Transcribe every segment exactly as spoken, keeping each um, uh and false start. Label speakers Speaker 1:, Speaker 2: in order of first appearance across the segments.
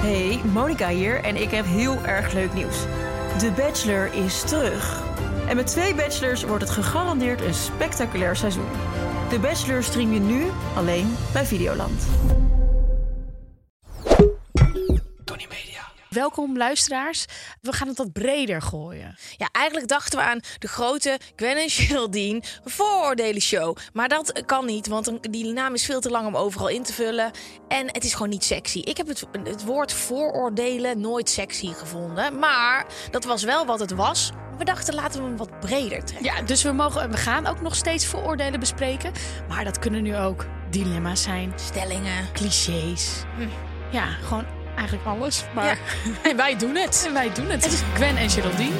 Speaker 1: Hey, Monica hier en ik heb heel erg leuk nieuws. The Bachelor is terug. En met twee bachelors wordt het gegarandeerd een spectaculair seizoen. The Bachelor stream je nu alleen bij Videoland.
Speaker 2: Tony Media.
Speaker 3: Welkom luisteraars. We gaan het wat breder gooien.
Speaker 4: Ja, eigenlijk dachten we aan de grote Gwen en Geraldine vooroordelen show. Maar dat kan niet, want die naam is veel te lang om overal in te vullen. En het is gewoon niet sexy. Ik heb het, het woord vooroordelen nooit sexy gevonden. Maar dat was wel wat het was. We dachten, laten we hem wat breder trekken.
Speaker 3: Ja, dus we, mogen, we gaan ook nog steeds vooroordelen bespreken. Maar dat kunnen nu ook dilemma's zijn.
Speaker 4: Stellingen.
Speaker 3: Clichés.
Speaker 4: Hm.
Speaker 3: Ja, gewoon eigenlijk alles. Maar
Speaker 4: Ja. En wij doen het.
Speaker 3: en wij doen het. Het is Gwen en Geraldine.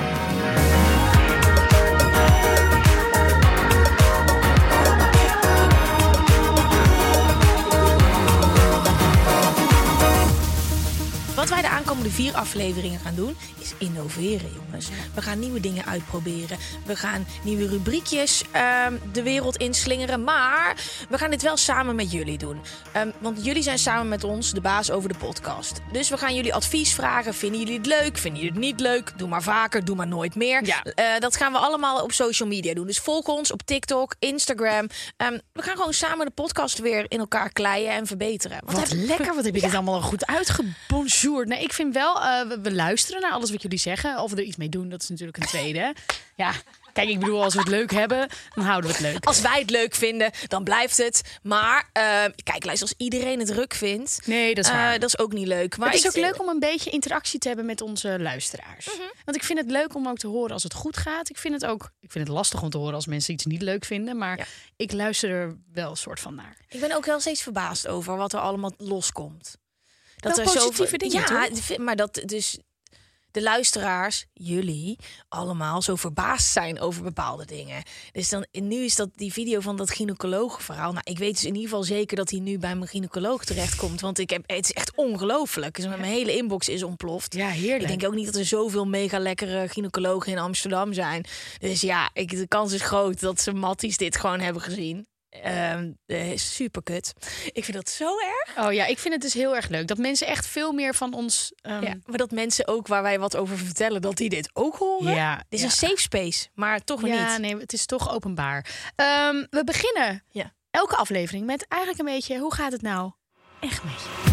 Speaker 4: Wat wij de aankomende vier afleveringen gaan doen, is innoveren, jongens. We gaan nieuwe dingen uitproberen. We gaan nieuwe rubriekjes um, de wereld inslingeren. Maar we gaan dit wel samen met jullie doen. Um, want jullie zijn samen met ons de baas over de podcast. Dus we gaan jullie advies vragen. Vinden jullie het leuk? Vinden jullie het niet leuk? Doe maar vaker, doe maar nooit meer.
Speaker 3: Ja.
Speaker 4: Uh, dat gaan we allemaal op social media doen. Dus volg ons op TikTok, Instagram. Um, we gaan gewoon samen de podcast weer in elkaar kleien en verbeteren.
Speaker 3: Wat, wat
Speaker 4: heb-
Speaker 3: lekker, wat heb je dit allemaal goed uitgebonjourd. Nee, ik vind wel, uh, we, we luisteren naar alles wat jullie zeggen. Of we er iets mee doen, dat is natuurlijk een tweede. Ja, kijk, ik bedoel, als we het leuk hebben, dan houden we het leuk.
Speaker 4: Als wij het leuk vinden, dan blijft het. Maar uh, kijk, luister, als iedereen het ruk vindt,
Speaker 3: Nee, dat is
Speaker 4: uh,
Speaker 3: waar.
Speaker 4: dat is ook niet leuk. Maar
Speaker 3: het is
Speaker 4: ik-
Speaker 3: ook leuk om een beetje interactie te hebben met onze luisteraars.
Speaker 4: Mhm.
Speaker 3: Want ik vind het leuk om ook te horen als het goed gaat. Ik vind het ook ik vind het lastig om te horen als mensen iets niet leuk vinden. Maar
Speaker 4: Ja.
Speaker 3: ik luister er wel een soort van naar.
Speaker 4: Ik ben ook wel steeds verbaasd over wat er allemaal loskomt. Dat
Speaker 3: Wel
Speaker 4: er
Speaker 3: positieve
Speaker 4: zoveel-
Speaker 3: dingen,
Speaker 4: ja,
Speaker 3: toch?
Speaker 4: d- maar dat dus de luisteraars, jullie, allemaal zo verbaasd zijn over bepaalde dingen. Dus dan, nu is dat die video van dat gynaecologenverhaal. Nou, ik weet dus in ieder geval zeker dat hij nu bij mijn gynaecoloog terechtkomt. Want ik heb, het is echt ongelooflijk. Dus mijn hele inbox is ontploft.
Speaker 3: Ja, heerlijk.
Speaker 4: Ik denk ook niet dat er zoveel mega lekkere gynaecologen in Amsterdam zijn. Dus ja, ik, de kans is groot dat ze matties dit gewoon hebben gezien. Um, super kut. Ik vind dat zo erg.
Speaker 3: Oh ja, ik vind het dus heel erg leuk. Dat mensen echt veel meer van ons... Um,
Speaker 4: Ja, maar dat mensen ook waar wij wat over vertellen, dat die dit ook horen.
Speaker 3: Ja,
Speaker 4: Dit is
Speaker 3: ja.
Speaker 4: een safe space, maar toch weer
Speaker 3: ja,
Speaker 4: niet.
Speaker 3: nee, het is toch openbaar. Um, we beginnen
Speaker 4: Ja.
Speaker 3: elke aflevering met eigenlijk een beetje... Hoe gaat het nou echt met je?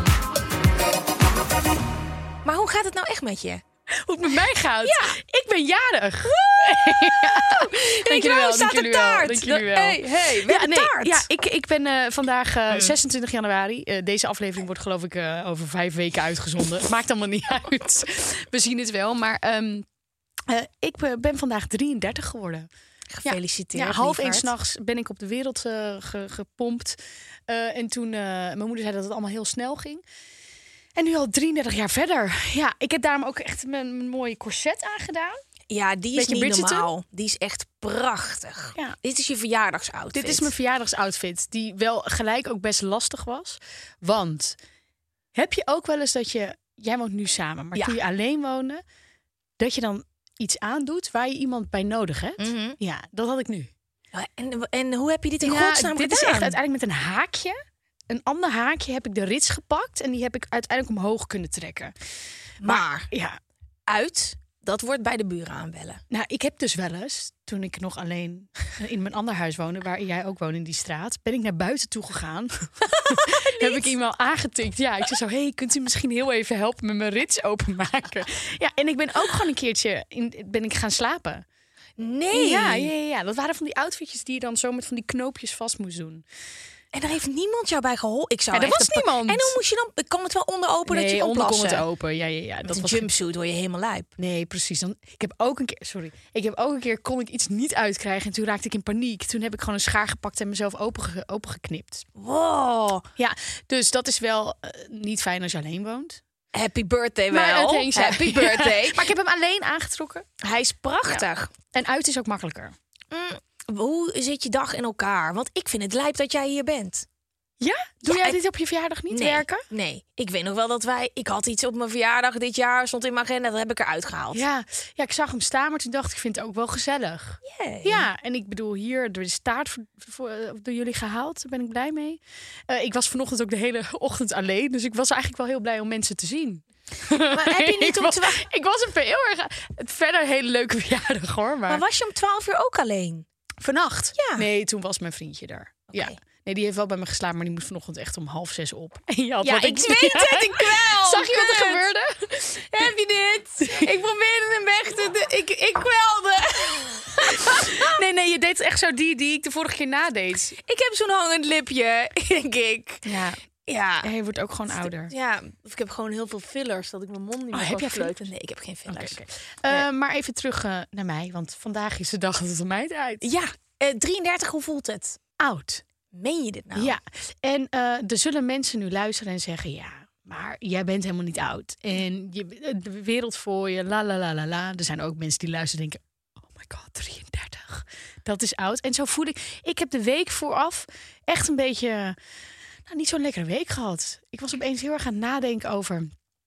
Speaker 4: Maar hoe gaat het nou echt met je?
Speaker 3: Hoe het met mij gaat?
Speaker 4: Ja.
Speaker 3: Ik ben jarig.
Speaker 4: Dank
Speaker 3: jullie wel,
Speaker 4: staat
Speaker 3: dank
Speaker 4: de
Speaker 3: jullie wel,
Speaker 4: taart.
Speaker 3: dank jullie wel.
Speaker 4: Hey, hey, we
Speaker 3: Ja,
Speaker 4: hebben
Speaker 3: nee,
Speaker 4: taart.
Speaker 3: ja, ik, ik ben uh, vandaag uh,
Speaker 4: Mm.
Speaker 3: zesentwintig januari. Uh, deze aflevering wordt geloof ik uh, over vijf weken uitgezonden. Het maakt allemaal niet uit. We zien het wel. Maar um, uh, ik uh, ben vandaag drieëndertig geworden.
Speaker 4: Gefeliciteerd.
Speaker 3: Ja, half één
Speaker 4: lieverd.
Speaker 3: 's nachts ben ik op de wereld uh, ge, gepompt. Uh, en toen, uh, mijn moeder zei dat het allemaal heel snel ging. En nu al drieëndertig jaar verder. Ja, ik heb daarom ook echt mijn, mijn mooie corset aangedaan.
Speaker 4: Ja, die is
Speaker 3: Beetje
Speaker 4: niet
Speaker 3: Bridgerton?
Speaker 4: normaal. Die is echt prachtig.
Speaker 3: Ja.
Speaker 4: Dit is je verjaardagsoutfit.
Speaker 3: Dit is mijn verjaardagsoutfit, die wel gelijk ook best lastig was. Want heb je ook wel eens dat je... Jij woont nu samen, maar
Speaker 4: Ja.
Speaker 3: toen je alleen woonde... dat je dan iets aandoet waar je iemand bij nodig hebt?
Speaker 4: Mhm.
Speaker 3: Ja, dat had ik nu.
Speaker 4: En, en hoe heb je dit in
Speaker 3: Ja,
Speaker 4: godsnaam
Speaker 3: dit
Speaker 4: gedaan?
Speaker 3: is echt uiteindelijk met een haakje. Een ander haakje heb ik de rits gepakt... en die heb ik uiteindelijk omhoog kunnen trekken.
Speaker 4: Maar
Speaker 3: Ja,
Speaker 4: uit, dat wordt bij de buren aanbellen.
Speaker 3: nou, ik heb dus wel eens, toen ik nog alleen in mijn ander huis woonde, waar jij ook woont in die straat, ben ik naar buiten toe gegaan. heb ik iemand aangetikt. Ja, ik zei zo, hey, kunt u misschien heel even helpen met mijn rits openmaken? Ja, en ik ben ook gewoon een keertje in, ben ik gaan slapen.
Speaker 4: Nee.
Speaker 3: Ja, ja, ja, ja, dat waren van die outfitjes die je dan zo met van die knoopjes vast moest doen.
Speaker 4: En daar heeft niemand jou bij geholpen. Ik zou
Speaker 3: Ja, er
Speaker 4: echt
Speaker 3: was
Speaker 4: een pa-
Speaker 3: niemand.
Speaker 4: En hoe moest je dan? Kon het wel onder open dat je
Speaker 3: Nee,
Speaker 4: kon
Speaker 3: onder kon
Speaker 4: plassen?
Speaker 3: het open. Ja, ja, ja.
Speaker 4: Met
Speaker 3: Dat
Speaker 4: een
Speaker 3: was
Speaker 4: jumpsuit word je helemaal lijp.
Speaker 3: Nee, precies. Dan, ik heb ook een keer, sorry, ik heb ook een keer kon ik iets niet uitkrijgen en toen raakte ik in paniek. Toen heb ik gewoon een schaar gepakt en mezelf open opengeknipt.
Speaker 4: Wow.
Speaker 3: Ja, dus dat is wel uh, niet fijn als je alleen woont.
Speaker 4: Happy birthday
Speaker 3: Maar
Speaker 4: wel.
Speaker 3: het hing zo.
Speaker 4: Happy birthday.
Speaker 3: Maar ik heb hem alleen aangetrokken
Speaker 4: Hij is prachtig.
Speaker 3: en uit is ook makkelijker.
Speaker 4: Mm, hoe zit je dag in elkaar? Want ik vind het lijp dat jij hier bent.
Speaker 3: Ja? Doe
Speaker 4: Ja,
Speaker 3: jij
Speaker 4: ik-
Speaker 3: dit op je verjaardag niet
Speaker 4: nee,
Speaker 3: werken?
Speaker 4: Nee, ik weet nog wel dat wij... Ik had iets op mijn verjaardag dit jaar, stond in mijn agenda, dat heb ik eruit gehaald.
Speaker 3: Ja. ja, ik zag hem staan, maar toen dacht ik, ik vind het ook wel gezellig.
Speaker 4: Yay.
Speaker 3: Ja, en ik bedoel, hier door de staart voor, voor, eh, door jullie gehaald. Daar ben ik blij mee. Uh, ik was vanochtend ook de hele ochtend alleen. Dus ik was eigenlijk wel heel blij om mensen te zien.
Speaker 4: Maar heb je niet
Speaker 3: ik,
Speaker 4: om
Speaker 3: was,
Speaker 4: twaalf...
Speaker 3: ik was een heel erg... Verder een hele leuke verjaardag hoor. Maar,
Speaker 4: Maar was je om twaalf uur ook alleen?
Speaker 3: vannacht?
Speaker 4: Ja.
Speaker 3: Nee, toen was mijn vriendje er. Ja. Nee, die heeft wel bij me geslapen, maar die moest vanochtend echt om half zes op. En je had
Speaker 4: Ja,
Speaker 3: wat
Speaker 4: ik weet het, ik kwel.
Speaker 3: Zag je wat er
Speaker 4: Kut.
Speaker 3: gebeurde?
Speaker 4: Heb je dit? Ik probeerde hem weg te... de- Ik, ik kwelde.
Speaker 3: Nee, nee, je deed echt zo die die ik de vorige keer nadeed.
Speaker 4: Ik heb zo'n hangend lipje, denk ik.
Speaker 3: Ja,
Speaker 4: Ja.
Speaker 3: hij wordt ook gewoon ouder.
Speaker 4: Ja, of ik heb gewoon heel veel fillers, dat ik mijn mond niet meer
Speaker 3: heb
Speaker 4: kan
Speaker 3: jij
Speaker 4: fluiten. Nee, ik heb geen fillers.
Speaker 3: Oké, oké. Uh, maar even terug uh, naar mij, want vandaag is de dag dat het mij draait.
Speaker 4: Ja, uh, drieëndertig, hoe voelt het?
Speaker 3: Oud.
Speaker 4: Meen je dit nou?
Speaker 3: Ja, en uh, er zullen mensen nu luisteren en zeggen... ja, maar jij bent helemaal niet oud. En je, de wereld voor je, la la la la la. Er zijn ook mensen die luisteren en denken... oh my god, drieëndertig. Dat is oud. En zo voel ik... Ik heb de week vooraf echt een beetje... nou, niet zo'n lekkere week gehad. Ik was opeens heel erg aan het nadenken over...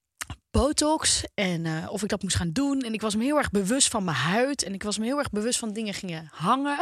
Speaker 3: botox en uh, of ik dat moest gaan doen. En ik was me heel erg bewust van mijn huid. En ik was me heel erg bewust van dingen gingen hangen...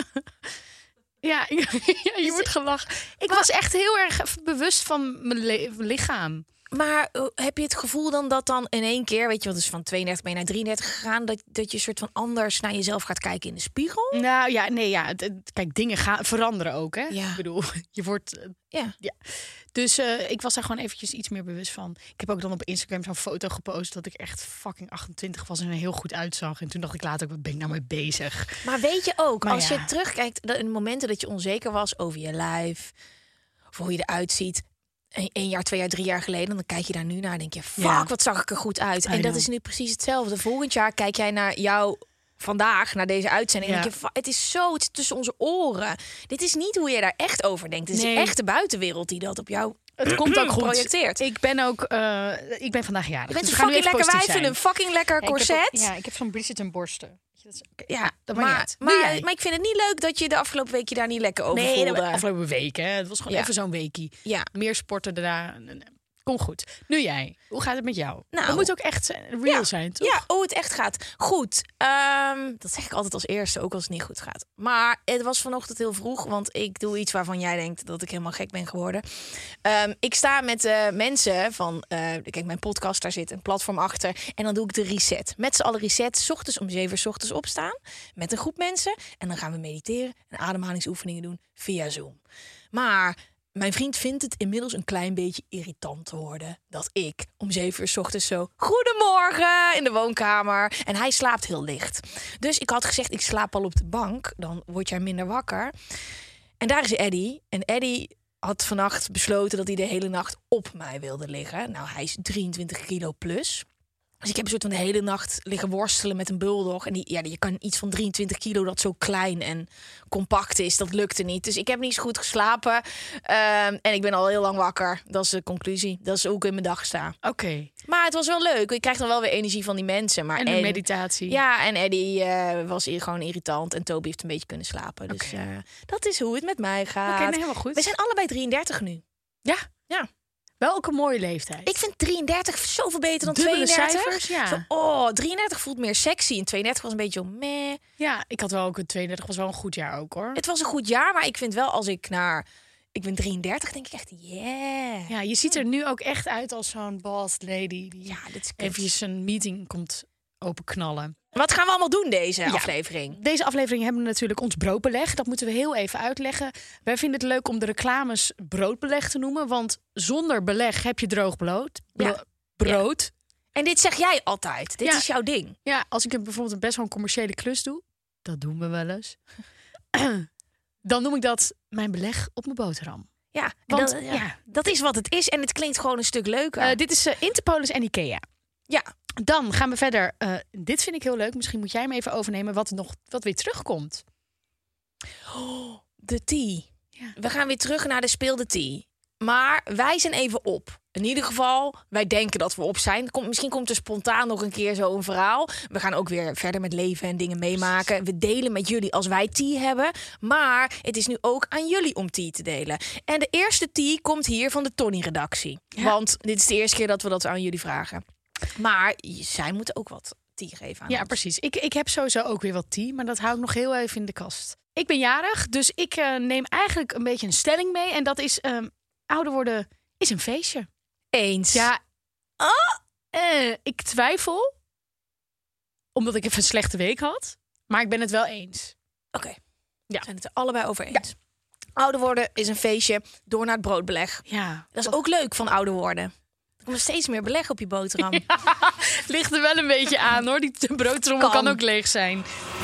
Speaker 3: Ja, ja, je wordt gelachen. Ik maar, was echt heel erg bewust van mijn le- lichaam.
Speaker 4: Maar uh, heb je het gevoel dan dat dan in één keer... weet je wat, dus van tweeëndertig ben je naar drieëndertig gegaan... dat, dat je een soort van anders naar jezelf gaat kijken in de spiegel?
Speaker 3: Nou ja, nee, ja. Het, het, kijk, dingen gaan veranderen ook, hè?
Speaker 4: Ja.
Speaker 3: Ik bedoel, je wordt... Uh,
Speaker 4: ja.
Speaker 3: ja. Dus uh, ik was daar gewoon eventjes iets meer bewust van. Ik heb ook dan op Instagram zo'n foto gepost... dat ik echt fucking achtentwintig was en er heel goed uitzag. En toen dacht ik later ook, wat ben ik nou mee bezig?
Speaker 4: Maar weet je ook,
Speaker 3: maar
Speaker 4: als
Speaker 3: ja.
Speaker 4: je terugkijkt... in de momenten dat je onzeker was over je lijf... of hoe je eruit ziet... Een jaar, twee jaar, drie jaar geleden... dan kijk je daar nu naar en denk je... fuck, ja. wat zag ik er goed uit. En dat is nu precies hetzelfde. Volgend jaar kijk jij naar jou... vandaag, naar deze uitzending... Ja. En denk je, het is zo, het is tussen onze oren. Dit is niet hoe je daar echt over denkt. Het is nee. echt de buitenwereld die dat op jou...
Speaker 3: Het komt ook goed.
Speaker 4: Projecteert.
Speaker 3: Ik ben ook, uh, ik ben vandaag jarig.
Speaker 4: Je bent
Speaker 3: dus
Speaker 4: een fucking lekker wijf en een fucking lekker corset.
Speaker 3: Ja, ik heb, ja, ik heb zo'n Bridgerton borsten.
Speaker 4: Ja, dat maar, maar, maar, maar ik vind het niet leuk dat je de afgelopen week je daar niet lekker over
Speaker 3: nee,
Speaker 4: voelde.
Speaker 3: Nee, de afgelopen week, hè. Het was gewoon ja. even zo'n weekie.
Speaker 4: Ja.
Speaker 3: Meer sporten daarna. Kom goed. Nu jij. Hoe gaat het met jou?
Speaker 4: Nou,
Speaker 3: het moet ook echt zijn, real
Speaker 4: ja,
Speaker 3: zijn, toch?
Speaker 4: Ja, hoe het echt gaat. Goed. Um, dat zeg ik altijd als eerste, ook als het niet goed gaat. Maar het was vanochtend heel vroeg, want ik doe iets waarvan jij denkt dat ik helemaal gek ben geworden. Um, ik sta met uh, mensen van, uh, kijk, mijn podcast, daar zit een platform achter. En dan doe ik de reset. Met z'n allen reset. 's Ochtends om zeven uur 's ochtends opstaan. Met een groep mensen. En dan gaan we mediteren en ademhalingsoefeningen doen via Zoom. Maar... mijn vriend vindt het inmiddels een klein beetje irritant te worden... dat ik om zeven uur 's ochtends zo... goedemorgen in de woonkamer. En hij slaapt heel licht. Dus ik had gezegd, ik slaap al op de bank. Dan word jij minder wakker. En daar is Eddie. En Eddie had vannacht besloten dat hij de hele nacht op mij wilde liggen. Nou, hij is drieëntwintig kilo plus... Dus ik heb een soort van de hele nacht liggen worstelen met een bulldog. En die, ja, je kan iets van drieëntwintig kilo dat zo klein en compact is. Dat lukte niet. Dus ik heb niet zo goed geslapen. Um, en ik ben al heel lang wakker. Dat is de conclusie. Dat is hoe ik in mijn dag sta.
Speaker 3: Oké. Okay.
Speaker 4: Maar het was wel leuk. Ik krijg dan wel weer energie van die mensen. Maar
Speaker 3: en de en, meditatie.
Speaker 4: Ja, en Eddie uh, was hier gewoon irritant. En Toby heeft een beetje kunnen slapen. Dus okay. uh, dat is hoe het met mij gaat.
Speaker 3: Oké, okay, nee, helemaal goed.
Speaker 4: We zijn allebei drieëndertig nu.
Speaker 3: Ja.
Speaker 4: Ja.
Speaker 3: Welke mooie leeftijd.
Speaker 4: Ik vind drieëndertig zoveel beter dan
Speaker 3: Dubbele
Speaker 4: tweeëndertig.
Speaker 3: Cijfers, ja.
Speaker 4: Zo, oh, drieëndertig voelt meer sexy. En tweeëndertig was een beetje meh.
Speaker 3: Ja, ik had wel ook een tweeëndertig. Was wel een goed jaar ook, hoor.
Speaker 4: Het was een goed jaar, maar ik vind wel als ik naar... Ik ben drieëndertig, denk ik echt, yeah.
Speaker 3: Ja, je ziet er nu ook echt uit als zo'n boss lady. Die
Speaker 4: ja, dit is
Speaker 3: eventjes een meeting komt openknallen.
Speaker 4: Wat gaan we allemaal doen deze
Speaker 3: ja,
Speaker 4: aflevering?
Speaker 3: Deze aflevering hebben we natuurlijk ons broodbeleg. Dat moeten we heel even uitleggen. Wij vinden het leuk om de reclames broodbeleg te noemen. Want zonder beleg heb je droog brood. Bro-
Speaker 4: ja.
Speaker 3: brood.
Speaker 4: Ja. En dit zeg jij altijd. Dit
Speaker 3: ja.
Speaker 4: is jouw ding.
Speaker 3: Ja, als ik bijvoorbeeld een best wel een commerciële klus doe. Dat doen we wel eens. Dan noem ik dat mijn beleg op mijn boterham.
Speaker 4: Ja,
Speaker 3: want
Speaker 4: dat, ja,
Speaker 3: ja.
Speaker 4: dat is wat het is. En het klinkt gewoon een stuk leuker.
Speaker 3: Uh, dit is uh, Interpolis en Ikea.
Speaker 4: Ja.
Speaker 3: Dan gaan we verder. Uh, dit vind ik heel leuk. Misschien moet jij hem even overnemen wat nog wat weer terugkomt.
Speaker 4: Oh, de tea.
Speaker 3: Ja.
Speaker 4: We gaan weer terug naar de speelde tea. Maar wij zijn even op. In ieder geval, wij denken dat we op zijn. Komt, misschien komt er spontaan nog een keer zo een verhaal. We gaan ook weer verder met leven en dingen meemaken. We delen met jullie als wij tea hebben. Maar het is nu ook aan jullie om tea te delen. En de eerste tea komt hier van de Tony-redactie. Ja. Want dit is de eerste keer dat we dat aan jullie vragen. Maar zij moeten ook wat tea geven aan
Speaker 3: Ja,
Speaker 4: ons.
Speaker 3: precies. Ik, ik heb sowieso ook weer wat tea, maar dat hou ik nog heel even in de kast. Ik ben jarig, dus ik uh, neem eigenlijk een beetje een stelling mee. En dat is, um, ouder worden is een feestje.
Speaker 4: Eens.
Speaker 3: Ja, oh, uh, ik twijfel, omdat ik even een slechte week had. Maar ik ben het wel eens.
Speaker 4: Oké, okay.
Speaker 3: Ja.
Speaker 4: We zijn het er allebei over eens.
Speaker 3: Ja.
Speaker 4: Ouder worden is een feestje door naar het broodbeleg.
Speaker 3: Ja.
Speaker 4: Dat is ook leuk van ouder worden. Er komt steeds meer beleg op je boterham. Ja,
Speaker 3: ligt er wel een beetje aan hoor. Die broodtrommel kan. kan ook leeg zijn.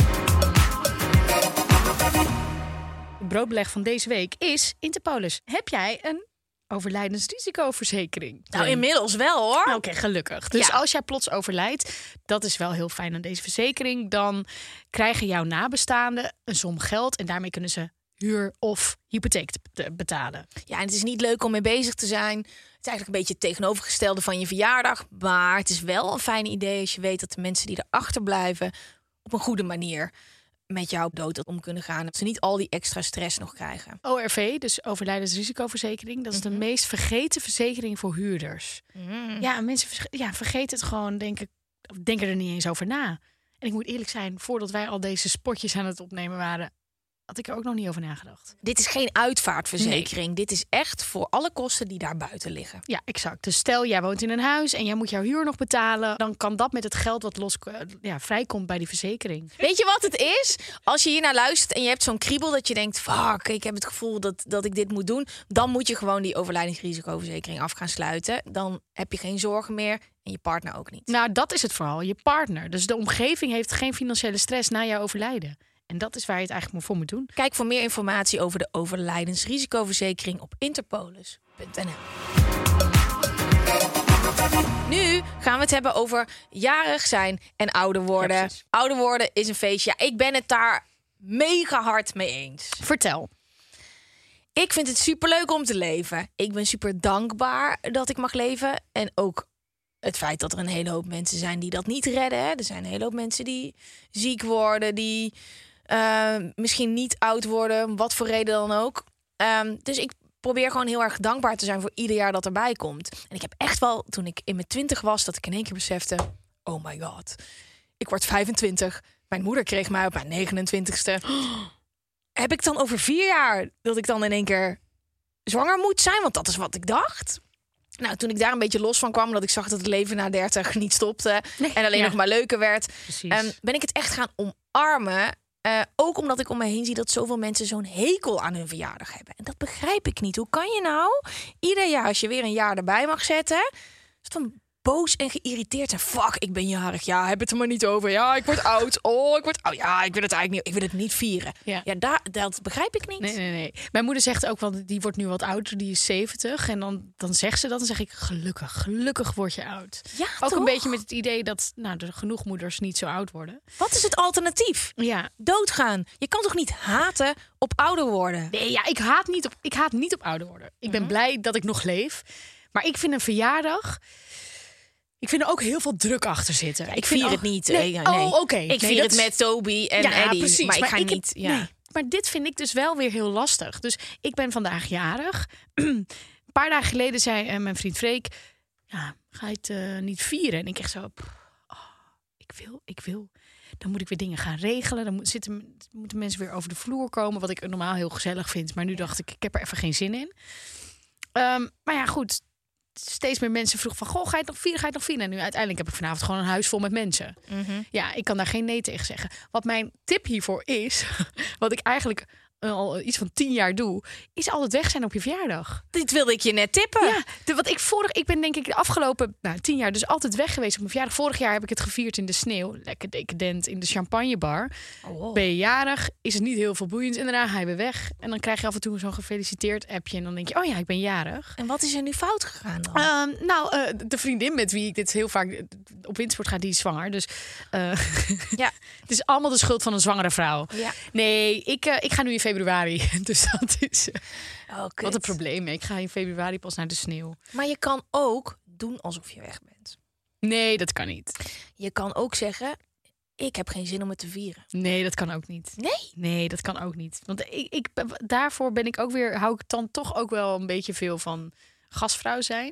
Speaker 3: Het broodbeleg van deze week is Interpolis. Heb jij een overlijdensrisicoverzekering?
Speaker 4: Nou, inmiddels wel hoor.
Speaker 3: Oké, okay, gelukkig. Dus
Speaker 4: ja.
Speaker 3: als jij plots overlijdt, dat is wel heel fijn aan deze verzekering. Dan krijgen jouw nabestaanden een som geld en daarmee kunnen ze huur of hypotheek te betalen.
Speaker 4: Ja, en het is niet leuk om mee bezig te zijn. Het is eigenlijk een beetje het tegenovergestelde van je verjaardag. Maar het is wel een fijn idee als je weet dat de mensen die erachter blijven op een goede manier met jouw dood om kunnen gaan. Dat ze niet al die extra stress nog krijgen.
Speaker 3: O R V, dus overlijdensrisicoverzekering. Dat is de mm-hmm. meest vergeten verzekering voor huurders. Mm. Ja, mensen verge- ja, vergeten het gewoon, denken, denken er niet eens over na. En ik moet eerlijk zijn, voordat wij al deze spotjes aan het opnemen waren, had ik er ook nog niet over nagedacht.
Speaker 4: Dit is geen uitvaartverzekering. Nee. Dit is echt voor alle kosten die daar buiten liggen.
Speaker 3: Ja, exact. Dus stel, jij woont in een huis en jij moet jouw huur nog betalen. Dan kan dat met het geld wat los ja, vrijkomt bij die verzekering.
Speaker 4: Weet je wat het is? Als je hier naar luistert en je hebt zo'n kriebel dat je denkt, fuck, ik heb het gevoel dat, dat ik dit moet doen. Dan moet je gewoon die overlijdensrisicoverzekering af gaan sluiten. Dan heb je geen zorgen meer. En je partner ook niet.
Speaker 3: Nou, dat is het vooral. Je partner. Dus de omgeving heeft geen financiële stress na jouw overlijden. En dat is waar je het eigenlijk voor moet doen.
Speaker 4: Kijk voor meer informatie over de overlijdensrisicoverzekering op interpolis punt n l. Nu gaan we het hebben over jarig zijn en ouder worden. Ja, ouder worden is een feestje. Ja, ik ben het daar mega hard mee eens.
Speaker 3: Vertel.
Speaker 4: Ik vind het superleuk om te leven. Ik ben super dankbaar dat ik mag leven. En ook het feit dat er een hele hoop mensen zijn die dat niet redden. Hè. Er zijn een hele hoop mensen die ziek worden, die Uh, misschien niet oud worden, wat voor reden dan ook. Um, dus ik probeer gewoon heel erg dankbaar te zijn voor ieder jaar dat erbij komt. En ik heb echt wel, toen ik in mijn twintig was, dat ik in één keer besefte, oh my god, ik word vijfentwintig. Mijn moeder kreeg mij op mijn negenentwintigste. Oh, heb ik dan over vier jaar dat ik dan in één keer zwanger moet zijn? Want dat is wat ik dacht. Nou, toen ik daar een beetje los van kwam, dat ik zag dat het leven na dertig niet stopte nee, en alleen ja. nog maar leuker werd, um, ben ik het echt gaan omarmen. Uh, ook omdat ik om me heen zie dat zoveel mensen zo'n hekel aan hun verjaardag hebben. En dat begrijp ik niet. Hoe kan je nou ieder jaar, als je weer een jaar erbij mag zetten, is van boos en geïrriteerd zijn. Fuck, ik ben jarig. Ja, heb het er maar niet over. Ja, ik word oud. Oh, ik word oud. Ja, ik wil het eigenlijk niet. Ik wil het niet vieren. Ja, ja da- dat begrijp ik niet.
Speaker 3: Nee, nee, nee. Mijn moeder zegt ook wel, die wordt nu wat ouder. Die is zeventig. En dan, dan zegt ze dat. Dan zeg ik, gelukkig, gelukkig word je oud.
Speaker 4: Ja,
Speaker 3: ook
Speaker 4: toch?
Speaker 3: Een beetje met het idee dat nou, er genoeg moeders niet zo oud worden.
Speaker 4: Wat is het alternatief?
Speaker 3: Ja.
Speaker 4: Doodgaan. Je kan toch niet haten op ouder worden?
Speaker 3: Nee, ja, ik haat niet op, ik haat niet op ouder worden. Ik ben mm-hmm. blij dat ik nog leef. Maar ik vind een verjaardag, ik vind er ook heel veel druk achter zitten.
Speaker 4: Ja,
Speaker 3: ik
Speaker 4: ik vier
Speaker 3: ook,
Speaker 4: het niet.
Speaker 3: Nee.
Speaker 4: Nee. Oh,
Speaker 3: oké. Okay.
Speaker 4: Ik
Speaker 3: nee,
Speaker 4: vier
Speaker 3: dat...
Speaker 4: het met Toby en
Speaker 3: ja,
Speaker 4: Eddie.
Speaker 3: Precies.
Speaker 4: Maar ik ga
Speaker 3: maar
Speaker 4: niet.
Speaker 3: Ik heb...
Speaker 4: ja.
Speaker 3: nee. Maar dit vind ik dus wel weer heel lastig. Dus ik ben vandaag jarig. Een paar dagen geleden zei uh, mijn vriend Freek, ja, ga je het uh, niet vieren? En ik echt zo, pff, oh, ik wil, ik wil. Dan moet ik weer dingen gaan regelen. Dan moet, zitten, moeten mensen weer over de vloer komen. Wat ik normaal heel gezellig vind. Maar nu dacht ik, ik heb er even geen zin in. Um, maar ja, goed. Steeds meer mensen vroegen van, goh, ga je het nog vieren? Ga je het nog vieren? En nu uiteindelijk heb ik vanavond gewoon een huis vol met mensen. Mm-hmm. Ja, ik kan daar geen nee tegen zeggen. Wat mijn tip hiervoor is, wat ik eigenlijk al iets van tien jaar doe, is altijd weg zijn op je verjaardag.
Speaker 4: Dit wilde ik je net tippen.
Speaker 3: Ja, de, wat ik vorig, ik ben denk ik de afgelopen nou, tien jaar dus altijd weg geweest op mijn verjaardag. Vorig jaar heb ik het gevierd in de sneeuw, lekker decadent in de champagnebar. Oh, wow. Ben je jarig, is het niet heel veel boeiend en daarna ga je weer weg. En dan krijg je af en toe zo'n gefeliciteerd appje en dan denk je, oh ja, ik ben jarig.
Speaker 4: En wat is er nu fout gegaan dan?
Speaker 3: Um, nou, uh, de vriendin met wie ik dit heel vaak op windsport ga, die is zwanger. Dus uh, ja. Het is allemaal de schuld van een zwangere vrouw.
Speaker 4: Ja.
Speaker 3: Nee, ik, uh, ik ga nu in februari. Dus dat is...
Speaker 4: Oh, kut.
Speaker 3: Wat een probleem. Ik ga in februari pas naar de sneeuw.
Speaker 4: Maar je kan ook doen alsof je weg bent.
Speaker 3: Nee, dat kan niet.
Speaker 4: Je kan ook zeggen, ik heb geen zin om het te vieren.
Speaker 3: Nee, dat kan ook niet.
Speaker 4: Nee?
Speaker 3: Nee, dat kan ook niet. Want ik, ik, daarvoor ben ik ook weer, hou ik dan toch ook wel een beetje veel van gastvrouw zijn.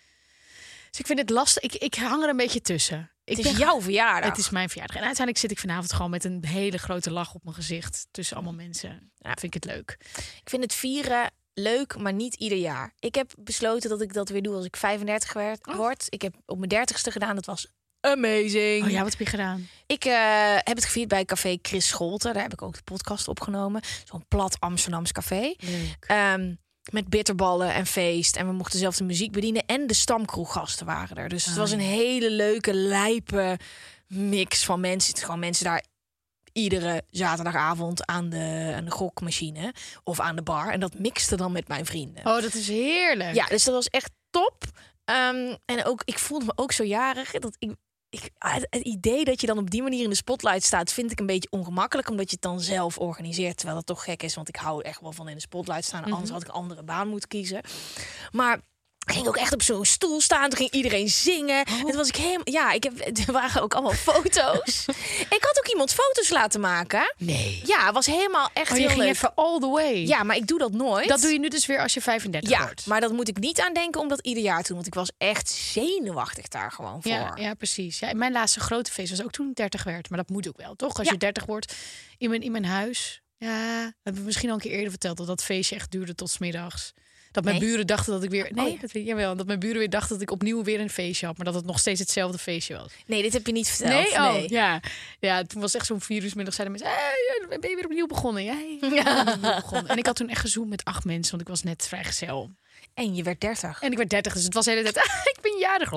Speaker 3: Dus ik vind het lastig. Ik, ik hang er een beetje tussen. Ik
Speaker 4: Het is
Speaker 3: ben,
Speaker 4: jouw verjaardag.
Speaker 3: Het is mijn verjaardag. En uiteindelijk zit ik vanavond gewoon met een hele grote lach op mijn gezicht. Tussen allemaal mensen. Ja, vind ik het leuk.
Speaker 4: Ik vind het vieren leuk, maar niet ieder jaar. Ik heb besloten dat ik dat weer doe als ik vijfendertig werd,
Speaker 3: Oh.
Speaker 4: word. Ik heb op mijn dertigste gedaan. Dat was amazing.
Speaker 3: Oh ja, wat heb je gedaan?
Speaker 4: Ik uh, heb het gevierd bij café Chris Scholten. Daar heb ik ook de podcast opgenomen. Zo'n plat Amsterdams café. Um, met bitterballen en feest. En we mochten zelf de muziek bedienen. En de stamkroeggasten waren er. Dus het
Speaker 3: Ah,
Speaker 4: was een
Speaker 3: ja.
Speaker 4: hele leuke, lijpe mix van mensen. Het gewoon mensen daar iedere zaterdagavond aan de, aan de gokmachine. Of aan de bar. En dat mixte dan met mijn vrienden.
Speaker 3: Oh, dat is heerlijk.
Speaker 4: Ja, dus dat was echt top. Um, en ook, ik voelde me ook zo jarig. Dat ik, ik, het, het idee dat je dan op die manier in de spotlight staat, vind ik een beetje ongemakkelijk. Omdat je het dan zelf organiseert. Terwijl dat toch gek is. Want ik hou echt wel van in de spotlight staan. Mm-hmm. Anders had ik een andere baan moeten kiezen. Maar ik ging ook echt op zo'n stoel staan. Toen ging iedereen zingen. Oh. En toen was ik helemaal... Ja, ik heb, er waren ook allemaal foto's. Ik had ook iemand foto's laten maken.
Speaker 3: Nee.
Speaker 4: Ja, het was helemaal echt
Speaker 3: oh, je
Speaker 4: heel
Speaker 3: ging
Speaker 4: leuk.
Speaker 3: even all the way.
Speaker 4: Ja, maar ik doe dat nooit.
Speaker 3: Dat doe je nu dus weer als je vijfendertig
Speaker 4: ja,
Speaker 3: wordt.
Speaker 4: maar dat moet ik niet aan denken om dat ieder jaar te doen. Want ik was echt zenuwachtig daar gewoon voor.
Speaker 3: Ja, ja precies. Ja, mijn laatste grote feest was ook toen ik dertig werd. Maar dat moet ook wel, toch? Als
Speaker 4: ja.
Speaker 3: je dertig wordt in mijn, in mijn huis. Ja, hebben we misschien al een keer eerder verteld dat dat feestje echt duurde tot 's middags. Dat mijn
Speaker 4: nee.
Speaker 3: buren dachten dat ik weer... Nee,
Speaker 4: oh, ja.
Speaker 3: dat, jawel, dat mijn buren weer dachten dat ik opnieuw weer een feestje had. Maar dat het nog steeds hetzelfde feestje was.
Speaker 4: Nee, dit heb je niet verteld.
Speaker 3: Nee? Oh,
Speaker 4: nee.
Speaker 3: ja. Ja, toen was echt zo'n vier uur 's middag. Zeiden mensen, hey, ben je weer opnieuw begonnen? Ja, ja. Opnieuw begonnen. En ik had toen echt gezoomd met acht mensen. Want ik was net vrijgezel.
Speaker 4: En je werd dertig.
Speaker 3: En ik werd dertig, dus het was de hele tijd... Ah, ik ben jarig.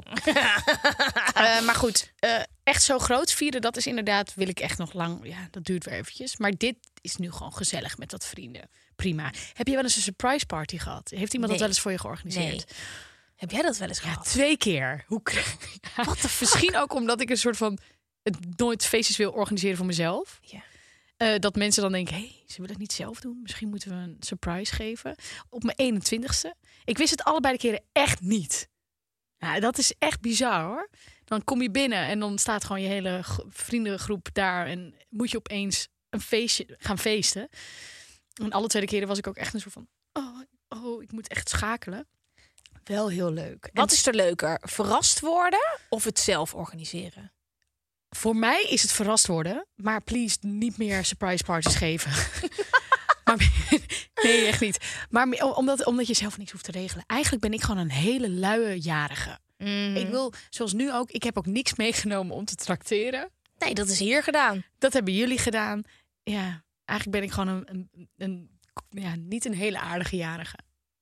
Speaker 3: uh, maar goed, uh, echt zo groot vieren, dat is inderdaad... wil ik echt nog lang... Ja, dat duurt weer eventjes. Maar dit is nu gewoon gezellig met wat vrienden. Prima. Heb je wel eens een surprise party gehad? Heeft iemand
Speaker 4: nee.
Speaker 3: dat wel eens voor je georganiseerd?
Speaker 4: Nee. Heb jij dat wel eens
Speaker 3: Ja,
Speaker 4: gehad?
Speaker 3: twee keer. Hoe ja,
Speaker 4: Wat de
Speaker 3: Misschien ook omdat ik een soort van... het nooit feestjes wil organiseren voor mezelf.
Speaker 4: Ja.
Speaker 3: Uh, dat mensen dan denken, hé, hey, zullen we dat niet zelf doen? Misschien moeten we een surprise geven. Op mijn eenentwintigste. Ik wist het allebei de keren echt niet. Ja, dat is echt bizar, hoor. Dan kom je binnen en dan staat gewoon je hele vriendengroep daar... en moet je opeens een feestje gaan feesten. En alle tweede keren was ik ook echt een soort van... oh, oh ik moet echt schakelen. Wel heel leuk.
Speaker 4: Wat
Speaker 3: en
Speaker 4: is er leuker? Verrast worden of het zelf organiseren?
Speaker 3: Voor mij is het verrast worden, maar please niet meer surprise parties geven. maar, nee, echt niet. Maar omdat, omdat je zelf niks hoeft te regelen. Eigenlijk ben ik gewoon een hele luie jarige.
Speaker 4: Mm.
Speaker 3: Ik wil, zoals nu ook, ik heb ook niks meegenomen om te trakteren.
Speaker 4: Nee, dat is hier gedaan.
Speaker 3: Dat hebben jullie gedaan. Ja, eigenlijk ben ik gewoon een, een, een ja, niet een hele aardige jarige.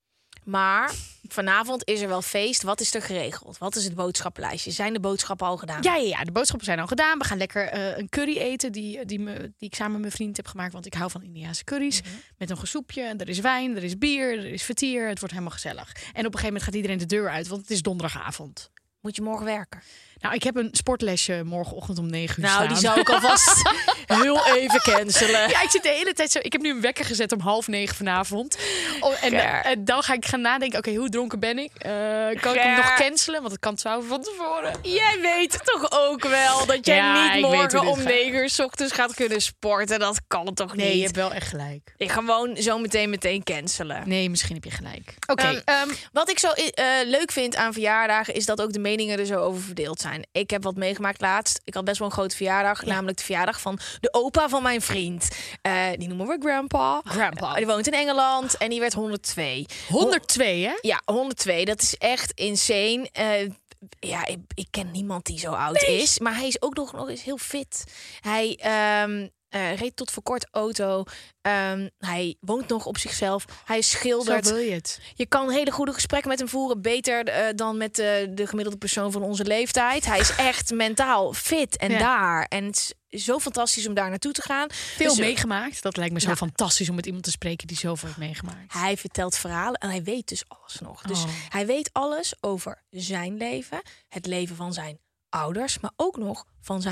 Speaker 4: Maar vanavond is er wel feest. Wat is er geregeld? Wat is het boodschappenlijstje? Zijn de boodschappen al gedaan?
Speaker 3: Ja, ja, ja, de boodschappen zijn al gedaan. We gaan lekker uh, een curry eten die, die, me, die ik samen met mijn vriend heb gemaakt. Want ik hou van Indiaanse curry's. Mm-hmm. Met een gesoepje. Er is wijn, er is bier, er is vertier. Het wordt helemaal gezellig. En op een gegeven moment gaat iedereen de deur uit. Want het is donderdagavond.
Speaker 4: Moet je morgen werken?
Speaker 3: Nou, ik heb een sportlesje morgenochtend om negen uur
Speaker 4: Nou,
Speaker 3: staan.
Speaker 4: die zou ik alvast heel even cancelen.
Speaker 3: Ja, ik zit de hele tijd zo... Ik heb nu een wekker gezet om half negen vanavond. Oh, en, uh, en dan ga ik gaan nadenken... Oké, okay, hoe dronken ben ik? Uh, kan ik hem nog cancelen? Want het kan twaalf van tevoren.
Speaker 4: Jij weet toch ook wel dat jij
Speaker 3: ja,
Speaker 4: niet morgen om
Speaker 3: gaat.
Speaker 4: negen uur 's ochtends gaat kunnen sporten? Dat kan toch niet?
Speaker 3: Nee, je hebt wel echt gelijk.
Speaker 4: Ik ga gewoon zo meteen meteen cancelen.
Speaker 3: Nee, misschien heb je gelijk. Oké. Okay,
Speaker 4: um, um, wat ik zo uh, leuk vind aan verjaardagen... is dat ook de meningen er zo over verdeeld zijn. Ik heb wat meegemaakt laatst. Ik had best wel een grote verjaardag. Ja. Namelijk de verjaardag van de opa van mijn vriend. Uh, die noemen we Grandpa.
Speaker 3: Grandpa.
Speaker 4: Uh, die woont in Engeland en die werd honderdtwee.
Speaker 3: honderdtwee, hè?
Speaker 4: Ja, honderdtwee. Dat is echt insane. Uh, ja, ik, ik ken niemand die zo oud nee. is. Maar hij is ook nog, nog eens heel fit. Hij... Um, Uh, reed tot voor kort auto. Um, hij woont nog op zichzelf. Hij schildert.
Speaker 3: Zo wil je het.
Speaker 4: Je kan hele goede gesprekken met hem voeren. Beter uh, dan met uh, de gemiddelde persoon van onze leeftijd. Hij is echt mentaal fit en ja. daar. En het is zo fantastisch om daar naartoe te gaan.
Speaker 3: Veel dus, dat lijkt me zo
Speaker 4: ja.
Speaker 3: fantastisch om met iemand te spreken die zoveel heeft meegemaakt.
Speaker 4: Hij vertelt verhalen en hij weet dus alles nog. Dus
Speaker 3: oh.
Speaker 4: hij weet alles over zijn leven. Het leven van zijn ouders. Maar ook nog van zijn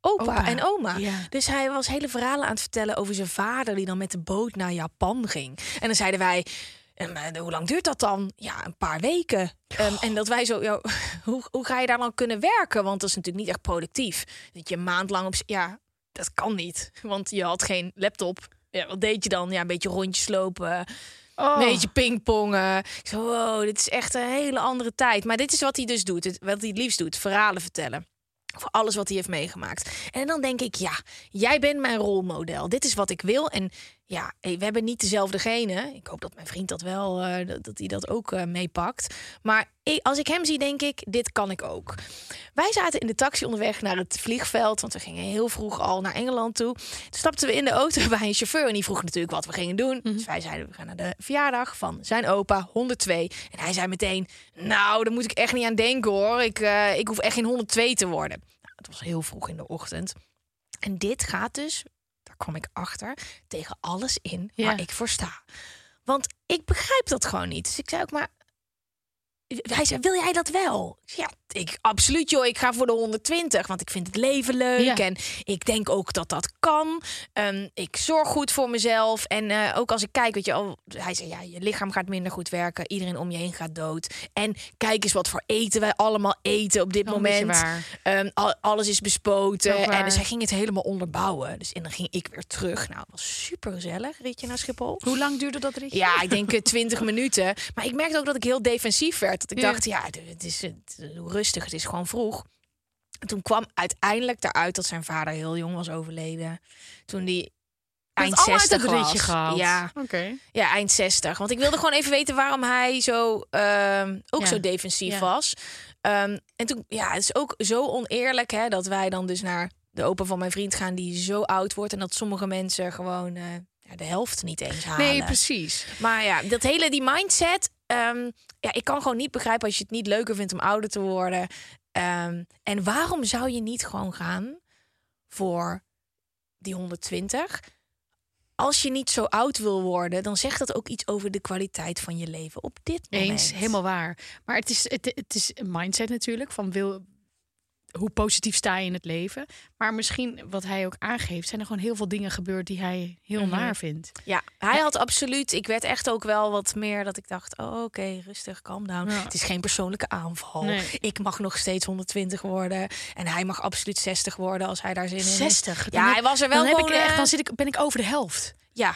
Speaker 4: opa,
Speaker 3: Opa.
Speaker 4: en oma.
Speaker 3: Ja.
Speaker 4: Dus hij was hele verhalen aan het vertellen over zijn vader... die dan met de boot naar Japan ging. En dan zeiden wij... Um, hoe lang duurt dat dan? Ja, een paar weken. Um, en dat wij zo, ja, hoe, hoe ga je daar dan kunnen werken? Want dat is natuurlijk niet echt productief. Dat je een maand lang op... Ja, dat kan niet. Want je had geen laptop. Ja, wat deed je dan? Ja, een beetje rondjes lopen.
Speaker 3: Oh.
Speaker 4: Een beetje pingpongen. Ik zo, wow, dit is echt een hele andere tijd. Maar dit is wat hij dus doet. Het, wat hij het liefst doet. Verhalen vertellen. Voor alles wat hij heeft meegemaakt. En dan denk ik, ja, jij bent mijn rolmodel. Dit is wat ik wil. En ja, we hebben niet dezelfde genen. Ik hoop dat mijn vriend dat wel, uh, dat, dat hij dat ook uh, meepakt. Maar ik, als ik hem zie, denk ik, dit kan ik ook. Wij zaten in de taxi onderweg naar het vliegveld. Want we gingen heel vroeg al naar Engeland toe. Toen stapten we in de auto bij een chauffeur. En die vroeg natuurlijk wat we gingen doen. Mm-hmm. Dus wij zeiden, we gaan naar de verjaardag van zijn opa, honderdtwee. En hij zei meteen, nou, daar moet ik echt niet aan denken hoor. Ik, uh, ik hoef echt geen honderdtwee te worden. Nou, het was heel vroeg in de ochtend. En dit gaat dus... kwam ik achter, tegen alles in waar ja. ik voor sta. Want ik begrijp dat gewoon niet. Dus ik zei ook maar... Hij zei, wil jij dat wel? Ja, ik, absoluut joh. Ik ga voor de honderdtwintig, want ik vind het leven leuk. Ja. En ik denk ook dat dat kan. Um, ik zorg goed voor mezelf. En uh, ook als ik kijk, weet je al... Hij zei, ja, je lichaam gaat minder goed werken. Iedereen om je heen gaat dood. En kijk eens wat voor eten wij allemaal eten op dit oh, moment. Um, al, alles is bespoten. En dus hij ging het helemaal onderbouwen. Dus en dan ging ik weer terug. Nou, het was super gezellig, ritje naar Schiphol.
Speaker 3: Hoe lang duurde dat ritje?
Speaker 4: Ja, ik denk twintig minuten. Maar ik merkte ook dat ik heel defensief werd. Dat ik ja. dacht, ja, het is het, rustig, het is gewoon vroeg. En toen kwam uiteindelijk eruit dat zijn vader heel jong was overleden. Toen die eind zestig was.
Speaker 3: Gehaald.
Speaker 4: Ja,
Speaker 3: okay.
Speaker 4: ja, eind zestig. Want ik wilde gewoon even weten waarom hij zo um, ook ja. zo defensief ja. was. Um, en toen, ja, het is ook zo oneerlijk hè, dat wij dan dus naar de opa van mijn vriend gaan die zo oud wordt en dat sommige mensen gewoon uh, ja, de helft niet eens halen.
Speaker 3: Nee, precies.
Speaker 4: Maar ja, dat hele die mindset. Um, ja, ik kan gewoon niet begrijpen als je het niet leuker vindt om ouder te worden. Um, en waarom zou je niet gewoon gaan voor die honderdtwintig? Als je niet zo oud wil worden, dan zegt dat ook iets over de kwaliteit van je leven op dit moment.
Speaker 3: Eens, helemaal waar. Maar het is, het, het is een mindset natuurlijk van wil... Hoe positief sta je in het leven? Maar misschien, wat hij ook aangeeft, zijn er gewoon heel veel dingen gebeurd die hij heel mm-hmm. naar vindt.
Speaker 4: Ja, hij ja. had absoluut. Ik werd echt ook wel wat meer dat ik dacht, oh, oké, okay, rustig, calm down. Ja. Het is geen persoonlijke aanval. Nee. Ik mag nog steeds honderdtwintig worden en hij mag absoluut zestig worden als hij daar zin in heeft.
Speaker 3: zestig?
Speaker 4: Ja,
Speaker 3: dan
Speaker 4: hij was er wel
Speaker 3: dan
Speaker 4: gewoon.
Speaker 3: Heb ik er echt, dan zit ik, ben ik over de helft.
Speaker 4: Ja.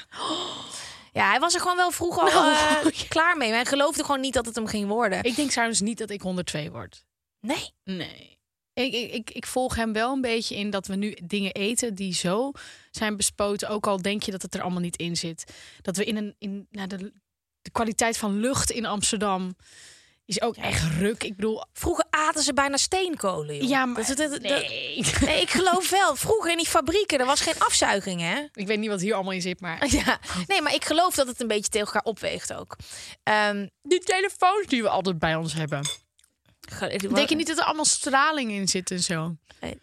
Speaker 4: Ja, hij was er gewoon wel vroeg al
Speaker 3: nou,
Speaker 4: uh, klaar mee. Maar hij geloofde gewoon niet dat het hem ging worden.
Speaker 3: Ik denk trouwens niet dat ik honderdtwee word.
Speaker 4: Nee.
Speaker 3: Nee. Ik, ik, ik volg hem wel een beetje in dat we nu dingen eten die zo zijn bespoten. Ook al denk je dat het er allemaal niet in zit. Dat we in een in nou, de, de kwaliteit van lucht in Amsterdam is ook echt ruk. Ik bedoel,
Speaker 4: vroeger aten ze bijna steenkolen. Joh.
Speaker 3: Ja, maar
Speaker 4: dat, dat, dat,
Speaker 3: nee.
Speaker 4: Dat, nee, ik geloof wel. Vroeger in die fabrieken, er was geen afzuiging, hè?
Speaker 3: Ik weet niet wat hier allemaal in zit, maar
Speaker 4: ja, nee, maar ik geloof dat het een beetje tegen elkaar opweegt ook. Um,
Speaker 3: die telefoons die we altijd bij ons hebben. Denk je niet dat er allemaal straling in zit en zo?
Speaker 4: Nee.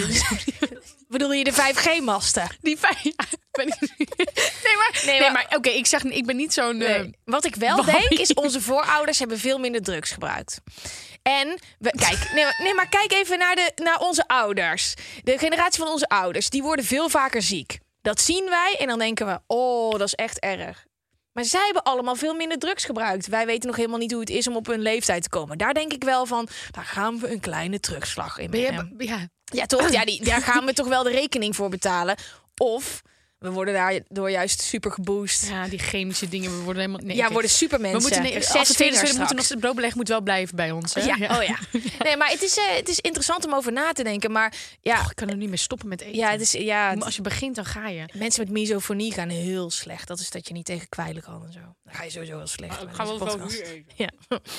Speaker 4: Bedoel je de vijf G-masten?
Speaker 3: Die vijf... Ja, ben ik... Nee, maar, nee, maar, maar oké, okay, ik zeg, ik ben niet zo'n...
Speaker 4: Nee. Uh... Wat ik wel Bobby. denk, is onze voorouders hebben veel minder drugs gebruikt. En, we, kijk, nee, nee, maar kijk even naar, de, naar onze ouders. De generatie van onze ouders, die worden veel vaker ziek. Dat zien wij en dan denken we, oh, dat is echt erg. Maar zij hebben allemaal veel minder drugs gebruikt. Wij weten nog helemaal niet hoe het is om op hun leeftijd te komen. Daar denk ik wel van, daar gaan we een kleine terugslag in.
Speaker 3: Ben je, ja.
Speaker 4: ja, toch? Ja, die, daar gaan we toch wel de rekening voor betalen. Of we worden daardoor juist super geboost.
Speaker 3: Ja, die chemische dingen. We worden helemaal... Nee,
Speaker 4: ja, we worden supermensen.
Speaker 3: We moeten, nee, als we tweede tweede moeten nog het broodbeleg moet wel blijven bij ons. Hè?
Speaker 4: Ja,
Speaker 3: ja.
Speaker 4: Oh ja. Nee, maar het is, uh, het is interessant om over na te denken. Maar ja,
Speaker 3: Och, ik kan er niet meer stoppen met eten.
Speaker 4: Ja, het is, ja,
Speaker 3: als je begint, dan ga je.
Speaker 4: Mensen met misofonie gaan heel slecht. Dat is dat je niet tegen kwijlen kan en zo. Dan ga je sowieso heel slecht.
Speaker 3: Nou, gaan we wel nu even.
Speaker 4: Ja.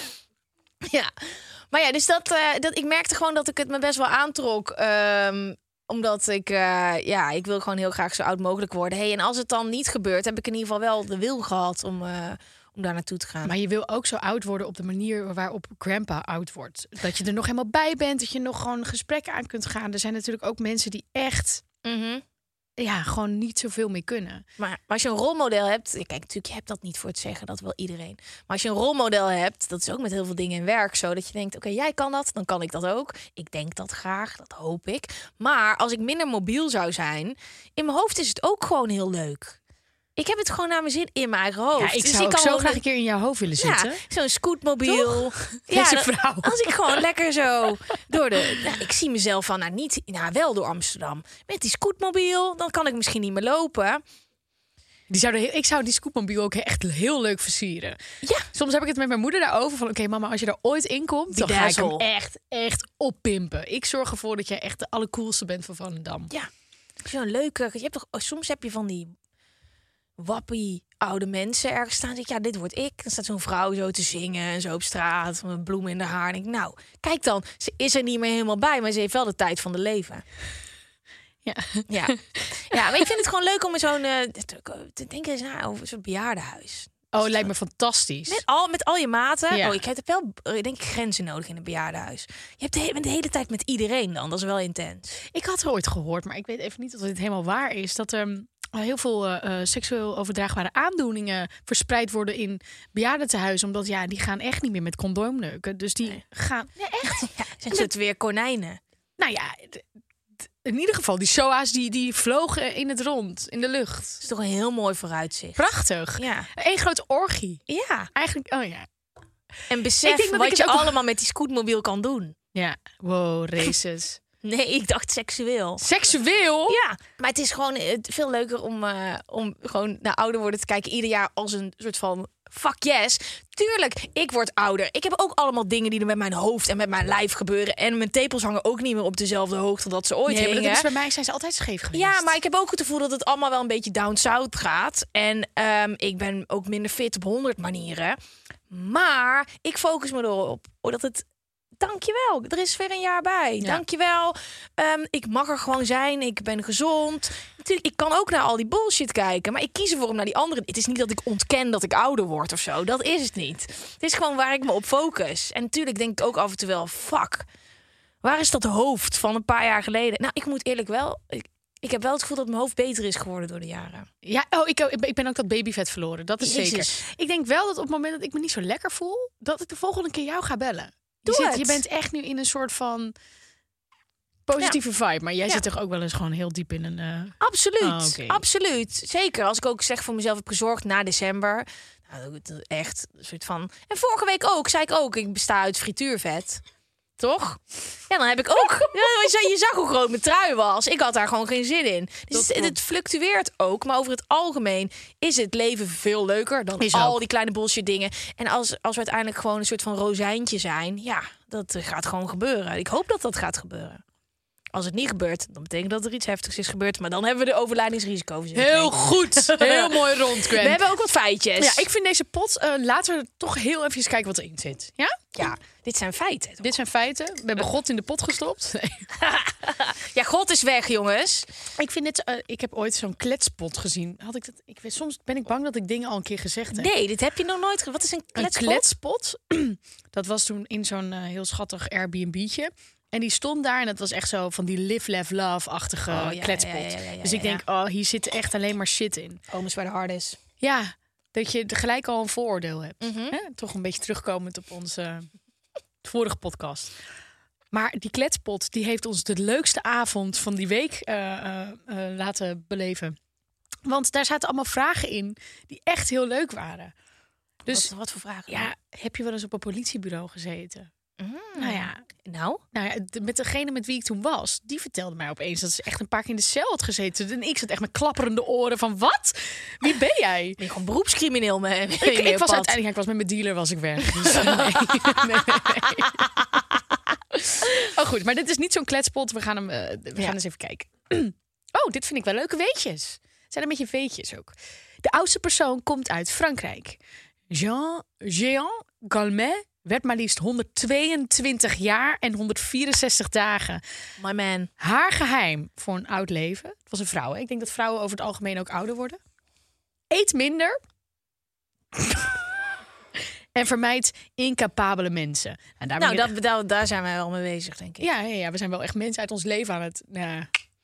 Speaker 4: Ja. Maar ja, dus dat, uh, dat ik merkte gewoon dat ik het me best wel aantrok. Um, Omdat ik, uh, ja, ik wil gewoon heel graag zo oud mogelijk worden. Hey, en als het dan niet gebeurt, heb ik in ieder geval wel de wil gehad om, uh, om daar naartoe te gaan.
Speaker 3: Maar je wil ook zo oud worden op de manier waarop grandpa oud wordt. Dat je er nog helemaal bij bent, dat je nog gewoon gesprekken aan kunt gaan. Er zijn natuurlijk ook mensen die echt...
Speaker 4: Mm-hmm.
Speaker 3: ja, gewoon niet zoveel meer kunnen.
Speaker 4: Maar, maar als je een rolmodel hebt... Kijk, natuurlijk, je hebt dat niet voor het zeggen. Dat wil iedereen. Maar als je een rolmodel hebt... Dat is ook met heel veel dingen in werk zo. Dat je denkt, oké, okay, jij kan dat. Dan kan ik dat ook. Ik denk dat graag. Dat hoop ik. Maar als ik minder mobiel zou zijn... In mijn hoofd is het ook gewoon heel leuk. Ik heb het gewoon naar mijn zin in mijn eigen hoofd.
Speaker 3: Ja, ik
Speaker 4: dus
Speaker 3: zou
Speaker 4: ik kan
Speaker 3: zo
Speaker 4: wel
Speaker 3: graag een keer in jouw hoofd willen zitten.
Speaker 4: Ja, zo'n scootmobiel. Ja,
Speaker 3: Deze
Speaker 4: dat-
Speaker 3: vrouw.
Speaker 4: Als ik gewoon lekker zo door de... Nou, ik zie mezelf van, nou niet, nou wel door Amsterdam. Met die scootmobiel, dan kan ik misschien niet meer lopen.
Speaker 3: Die zou de, ik zou die scootmobiel ook echt heel leuk versieren.
Speaker 4: Ja.
Speaker 3: Soms heb ik het met mijn moeder daarover. Van oké, okay, mama, als je er ooit in komt,
Speaker 4: Die
Speaker 3: dan ga ik hem
Speaker 4: dazzle.
Speaker 3: echt, echt oppimpen. Ik zorg ervoor dat jij echt de allercoolste bent van Volendam.
Speaker 4: Ja, zo'n leuke... Je hebt toch, soms heb je van die wappie oude mensen ergens staan. Zeg ik, ja, dit word ik. Dan staat zo'n vrouw zo te zingen en zo op straat met bloemen in haar haar. En ik, nou, kijk dan. Ze is er niet meer helemaal bij, maar ze heeft wel de tijd van de leven.
Speaker 3: Ja.
Speaker 4: Ja, ja, maar ik vind het gewoon leuk om met zo'n... Uh, te denken eens na over zo'n bejaardenhuis.
Speaker 3: Oh, lijkt me fantastisch.
Speaker 4: Met al, met al je maten.
Speaker 3: Ja.
Speaker 4: Oh, ik heb wel, denk ik, grenzen nodig in een bejaardenhuis. Je hebt de, he- bent de hele tijd met iedereen dan. Dat is wel intens.
Speaker 3: Ik had er ooit gehoord, maar ik weet even niet of dit helemaal waar is. Dat er heel veel uh, seksueel overdraagbare aandoeningen verspreid worden in bejaardentehuizen. Omdat ja, die gaan echt niet meer met condoomneuken. Dus die
Speaker 4: Nee.
Speaker 3: gaan... Ja, echt?
Speaker 4: Ja, zijn soort weer konijnen.
Speaker 3: Nou ja, d- d- in ieder geval, die S O A's die, die vlogen in het rond, in de lucht.
Speaker 4: Dat is toch een heel mooi vooruitzicht.
Speaker 3: Prachtig.
Speaker 4: Ja.
Speaker 3: Eén grote orgie.
Speaker 4: Ja.
Speaker 3: Eigenlijk, oh ja.
Speaker 4: En besef
Speaker 3: Ik denk dat
Speaker 4: wat
Speaker 3: ik
Speaker 4: je
Speaker 3: het ook-
Speaker 4: allemaal met die scootmobiel kan doen.
Speaker 3: Ja, wow, races.
Speaker 4: Nee, ik dacht seksueel.
Speaker 3: Seksueel?
Speaker 4: Ja, maar het is gewoon eh, veel leuker om, uh, om gewoon naar ouder worden te kijken. Ieder jaar als een soort van fuck yes. Tuurlijk, ik word ouder. Ik heb ook allemaal dingen die er met mijn hoofd en met mijn lijf gebeuren. En mijn tepels hangen ook niet meer op dezelfde hoogte dat ze ooit
Speaker 3: Nee, maar
Speaker 4: hingen.
Speaker 3: dat is bij mij zijn ze altijd scheef geweest.
Speaker 4: Ja, maar ik heb ook het gevoel dat het allemaal wel een beetje down-south gaat. En um, ik ben ook minder fit op honderd manieren. Maar ik focus me erop dat het... Dankjewel, er is weer een jaar bij.
Speaker 3: Ja.
Speaker 4: Dankjewel. Um, ik mag er gewoon zijn. Ik ben gezond. Natuurlijk, ik kan ook naar al die bullshit kijken. Maar ik kies ervoor om naar die andere... Het is niet dat ik ontken dat ik ouder word of zo. Dat is het niet. Het is gewoon waar ik me op focus. En natuurlijk denk ik ook af en toe wel... Fuck, waar is dat hoofd van een paar jaar geleden? Nou, ik moet eerlijk wel... Ik, ik heb wel het gevoel dat mijn hoofd beter is geworden door de jaren.
Speaker 3: Ja, oh, ik, ik ben ook dat babyvet verloren. Dat is
Speaker 4: Jezus.
Speaker 3: zeker. Ik denk wel dat op het moment dat ik me niet zo lekker voel... dat ik de volgende keer jou ga bellen. Je,
Speaker 4: Doe
Speaker 3: zit,
Speaker 4: het.
Speaker 3: je bent echt nu in een soort van positieve vibe. Maar jij
Speaker 4: Ja.
Speaker 3: zit toch ook wel eens gewoon heel diep in een... Uh...
Speaker 4: Absoluut,
Speaker 3: Oh, oké.
Speaker 4: absoluut. Zeker als ik ook zeg voor mezelf heb gezorgd na december. Nou, dat is echt een soort van... En vorige week ook, zei ik ook, ik besta uit frituurvet. Toch? Ja, dan heb ik ook... Ja, je zag- je zag hoe groot mijn trui was. Ik had daar gewoon geen zin in. Dus
Speaker 3: Dat
Speaker 4: het,
Speaker 3: klopt.
Speaker 4: het fluctueert ook. Maar over het algemeen is het leven veel leuker dan
Speaker 3: Is
Speaker 4: al
Speaker 3: ook.
Speaker 4: die kleine bullshit dingen. En als, als we uiteindelijk gewoon een soort van rozijntje zijn... Ja, dat eh, gaat gewoon gebeuren. Ik hoop dat dat gaat gebeuren. Als het niet gebeurt, dan betekent dat er iets heftigs is gebeurd. Maar dan hebben we de overlijdingsrisicoverzekering.
Speaker 3: Heel goed. Heel mooi rond, Gwen.
Speaker 4: We hebben ook wat feitjes.
Speaker 3: Ja, ik vind deze pot... Uh, laten we toch heel even kijken wat erin zit. Ja?
Speaker 4: Ja, dit zijn feiten.
Speaker 3: Dit zijn feiten. We hebben God in de pot gestopt. Nee.
Speaker 4: Ja, God is weg, jongens.
Speaker 3: Ik vind dit... Uh, ik heb ooit zo'n kletspot gezien. Had ik dat? Ik weet, soms ben ik bang dat ik dingen al een keer gezegd heb.
Speaker 4: Nee, dit heb je nog nooit. ge- Wat is een
Speaker 3: Een
Speaker 4: kletspot?
Speaker 3: kletspot. Dat was toen in zo'n uh, heel schattig Airbnb'tje. En die stond daar en het was echt zo van die live, laugh, love-achtige
Speaker 4: Oh, ja,
Speaker 3: kletspot.
Speaker 4: ja, ja, ja, ja,
Speaker 3: dus ik
Speaker 4: ja.
Speaker 3: denk, oh, hier zit echt alleen maar shit in.
Speaker 4: Omes bij de hardes.
Speaker 3: Ja, dat je gelijk al een vooroordeel hebt.
Speaker 4: Mhm.
Speaker 3: Hè? Toch een beetje terugkomend op onze vorige podcast. Maar die kletspot, die heeft ons de leukste avond van die week uh, uh, uh, laten beleven. Want daar zaten allemaal vragen in die echt heel leuk waren. Dus
Speaker 4: wat, wat voor vragen?
Speaker 3: ja, heb je wel eens op een politiebureau gezeten?
Speaker 4: Mm.
Speaker 3: Nou ja,
Speaker 4: Nou?
Speaker 3: nou ja, de- met degene met wie ik toen was, die vertelde mij opeens dat ze echt een paar keer in de cel had gezeten. En ik zat echt met klapperende oren van, wat? Wie ben jij?
Speaker 4: Ben je gewoon beroepscrimineel mee?
Speaker 3: Ik, ik was uiteindelijk, ja, ik was met mijn dealer was ik weg. Dus, nee. Nee, nee, nee. Oh goed, maar dit is niet zo'n kletspot. We gaan hem, uh, we gaan
Speaker 4: Ja.
Speaker 3: eens even kijken. Oh, dit vind ik wel leuke weetjes. Het zijn een beetje weetjes ook. De oudste persoon komt uit Frankrijk. Jean Jean Galmet werd maar liefst honderdtweeëntwintig jaar en honderdvierenzestig dagen.
Speaker 4: My man.
Speaker 3: Haar geheim voor een oud leven. Het was een vrouw. Hè? Ik denk dat vrouwen over het algemeen ook ouder worden. Eet minder. En vermijd incapabele mensen. En daar ben
Speaker 4: Nou,
Speaker 3: je-
Speaker 4: dat, daar, daar zijn wij wel mee bezig, denk ik.
Speaker 3: ja, ja, ja, we zijn wel echt mensen uit ons leven aan het... Nou,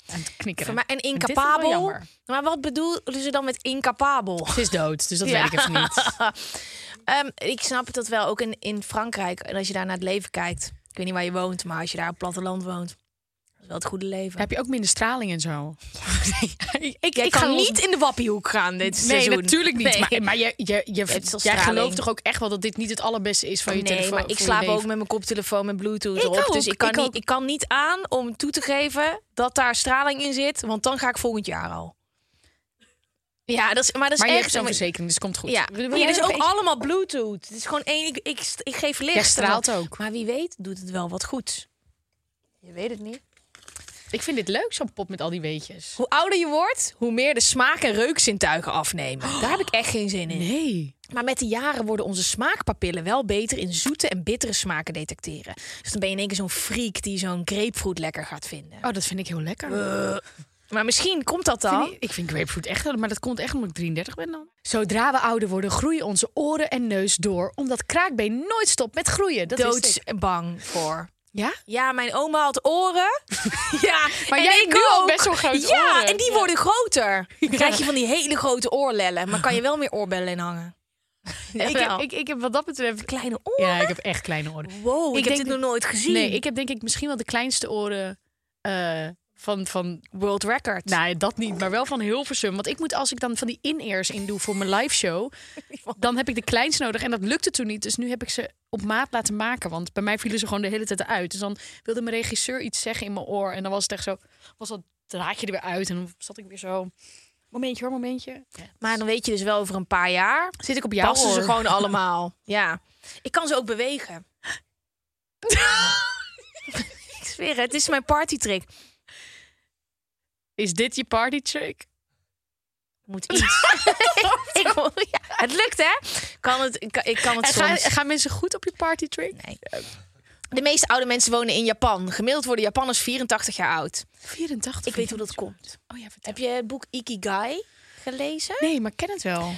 Speaker 3: aan het knikkeren.
Speaker 4: Voor mij, en
Speaker 3: dit is wel
Speaker 4: incapabel.
Speaker 3: jammer.
Speaker 4: Maar wat bedoelen ze dan met incapabel?
Speaker 3: Het is dood, dus dat
Speaker 4: Ja.
Speaker 3: weet ik even niet.
Speaker 4: um, ik snap dat wel, ook in, in Frankrijk. En als je daar naar het leven kijkt. Ik weet niet waar je woont, maar als je daar op het platteland woont. Dat is wel het goede leven.
Speaker 3: Heb je ook minder straling en zo? ik
Speaker 4: ik ik
Speaker 3: ga
Speaker 4: ga
Speaker 3: los-
Speaker 4: niet in de wappiehoek gaan dit
Speaker 3: Nee,
Speaker 4: seizoen.
Speaker 3: natuurlijk niet.
Speaker 4: Nee.
Speaker 3: Maar, maar je, je, je,
Speaker 4: Het is al
Speaker 3: jij
Speaker 4: straling.
Speaker 3: gelooft toch ook echt wel dat dit niet het allerbeste is van je
Speaker 4: Nee,
Speaker 3: telefoon?
Speaker 4: maar ik
Speaker 3: voor je
Speaker 4: slaap ook
Speaker 3: leven?
Speaker 4: met mijn koptelefoon met Bluetooth
Speaker 3: Ik
Speaker 4: erop.
Speaker 3: ook,
Speaker 4: Dus ik kan,
Speaker 3: ik
Speaker 4: niet,
Speaker 3: ook.
Speaker 4: ik kan niet aan om toe te geven dat daar straling in zit. Want dan ga ik volgend jaar al. Ja, dat is, maar dat is
Speaker 3: Maar je
Speaker 4: echt...
Speaker 3: hebt zo'n verzekering, dus het komt goed.
Speaker 4: Ja,
Speaker 3: Wil- wil
Speaker 4: hier
Speaker 3: jij
Speaker 4: is
Speaker 3: nog
Speaker 4: ook
Speaker 3: eentje?
Speaker 4: allemaal Bluetooth. Het is gewoon één... Ik, ik, ik geef licht.
Speaker 3: Jij straalt ook.
Speaker 4: Maar wie weet doet het wel wat goeds. Je weet het niet.
Speaker 3: Ik vind dit leuk, zo'n pot met al die weetjes.
Speaker 4: Hoe ouder je wordt, hoe meer de smaak- en reukzintuigen afnemen. Daar heb ik echt geen zin in.
Speaker 3: Nee.
Speaker 4: Maar met de jaren worden onze smaakpapillen wel beter in zoete en bittere smaken detecteren. Dus dan ben je in één keer zo'n freak die zo'n grapefruit lekker gaat vinden.
Speaker 3: Oh, dat vind ik heel lekker.
Speaker 4: Maar misschien komt dat dan.
Speaker 3: Vind ik, ik vind grapefruit echt, maar dat komt echt omdat ik drieëndertig ben dan. Zodra we ouder worden, groeien onze oren en neus door. Omdat kraakbeen nooit stopt met groeien. Dat wist ik.
Speaker 4: Doodsbang voor.
Speaker 3: Ja?
Speaker 4: Ja, mijn oma had oren. Ja,
Speaker 3: Maar
Speaker 4: en
Speaker 3: jij
Speaker 4: ik
Speaker 3: hebt nu al
Speaker 4: ook.
Speaker 3: best wel grote
Speaker 4: Ja,
Speaker 3: oren.
Speaker 4: en die
Speaker 3: Ja.
Speaker 4: worden groter. Dan krijg je van die hele grote oorlellen. Maar kan je wel meer oorbellen in hangen.
Speaker 3: ik, heb, ik, ik heb wat dat betreft...
Speaker 4: Kleine oren?
Speaker 3: Ja, ik heb echt kleine oren.
Speaker 4: Wow, ik,
Speaker 3: Ik
Speaker 4: heb
Speaker 3: denk
Speaker 4: dit nog nooit gezien.
Speaker 3: Nee, ik heb denk ik misschien wel de kleinste oren eh, van... van
Speaker 4: World record.
Speaker 3: nou, dat niet, maar wel van Hilversum. Want ik moet, als ik dan van die in-ears in doe voor mijn live show, dan heb ik de kleinste nodig. En dat lukte toen niet. Dus nu heb ik ze op maat laten maken. Want bij mij vielen ze gewoon de hele tijd uit. Dus dan wilde mijn regisseur iets zeggen in mijn oor. En dan was het echt zo, was dat draadje er weer uit. En dan zat ik weer zo, momentje hoor, momentje. Ja.
Speaker 4: Maar dan weet je dus wel over een paar jaar.
Speaker 3: Zit ik op jouw
Speaker 4: Passen
Speaker 3: oor.
Speaker 4: ze gewoon allemaal. Ja. Ik kan ze ook bewegen. Ik zweer het, het is mijn partytrick.
Speaker 3: Is dit je party trick?
Speaker 4: Moet iets. ik, moet- ja, het lukt, hè? Kan het, ik kan, ik kan het
Speaker 3: En gaan,
Speaker 4: soms.
Speaker 3: gaan mensen goed op je party trick?
Speaker 4: Nee. De meeste oude mensen wonen in Japan. Gemiddeld worden Japanners vierentachtig jaar oud.
Speaker 3: vierentachtig.
Speaker 4: Ik weet hoe dat komt.
Speaker 3: Oh ja, vertel.
Speaker 4: Heb je het boek Ikigai gelezen?
Speaker 3: Nee, maar ik ken het wel.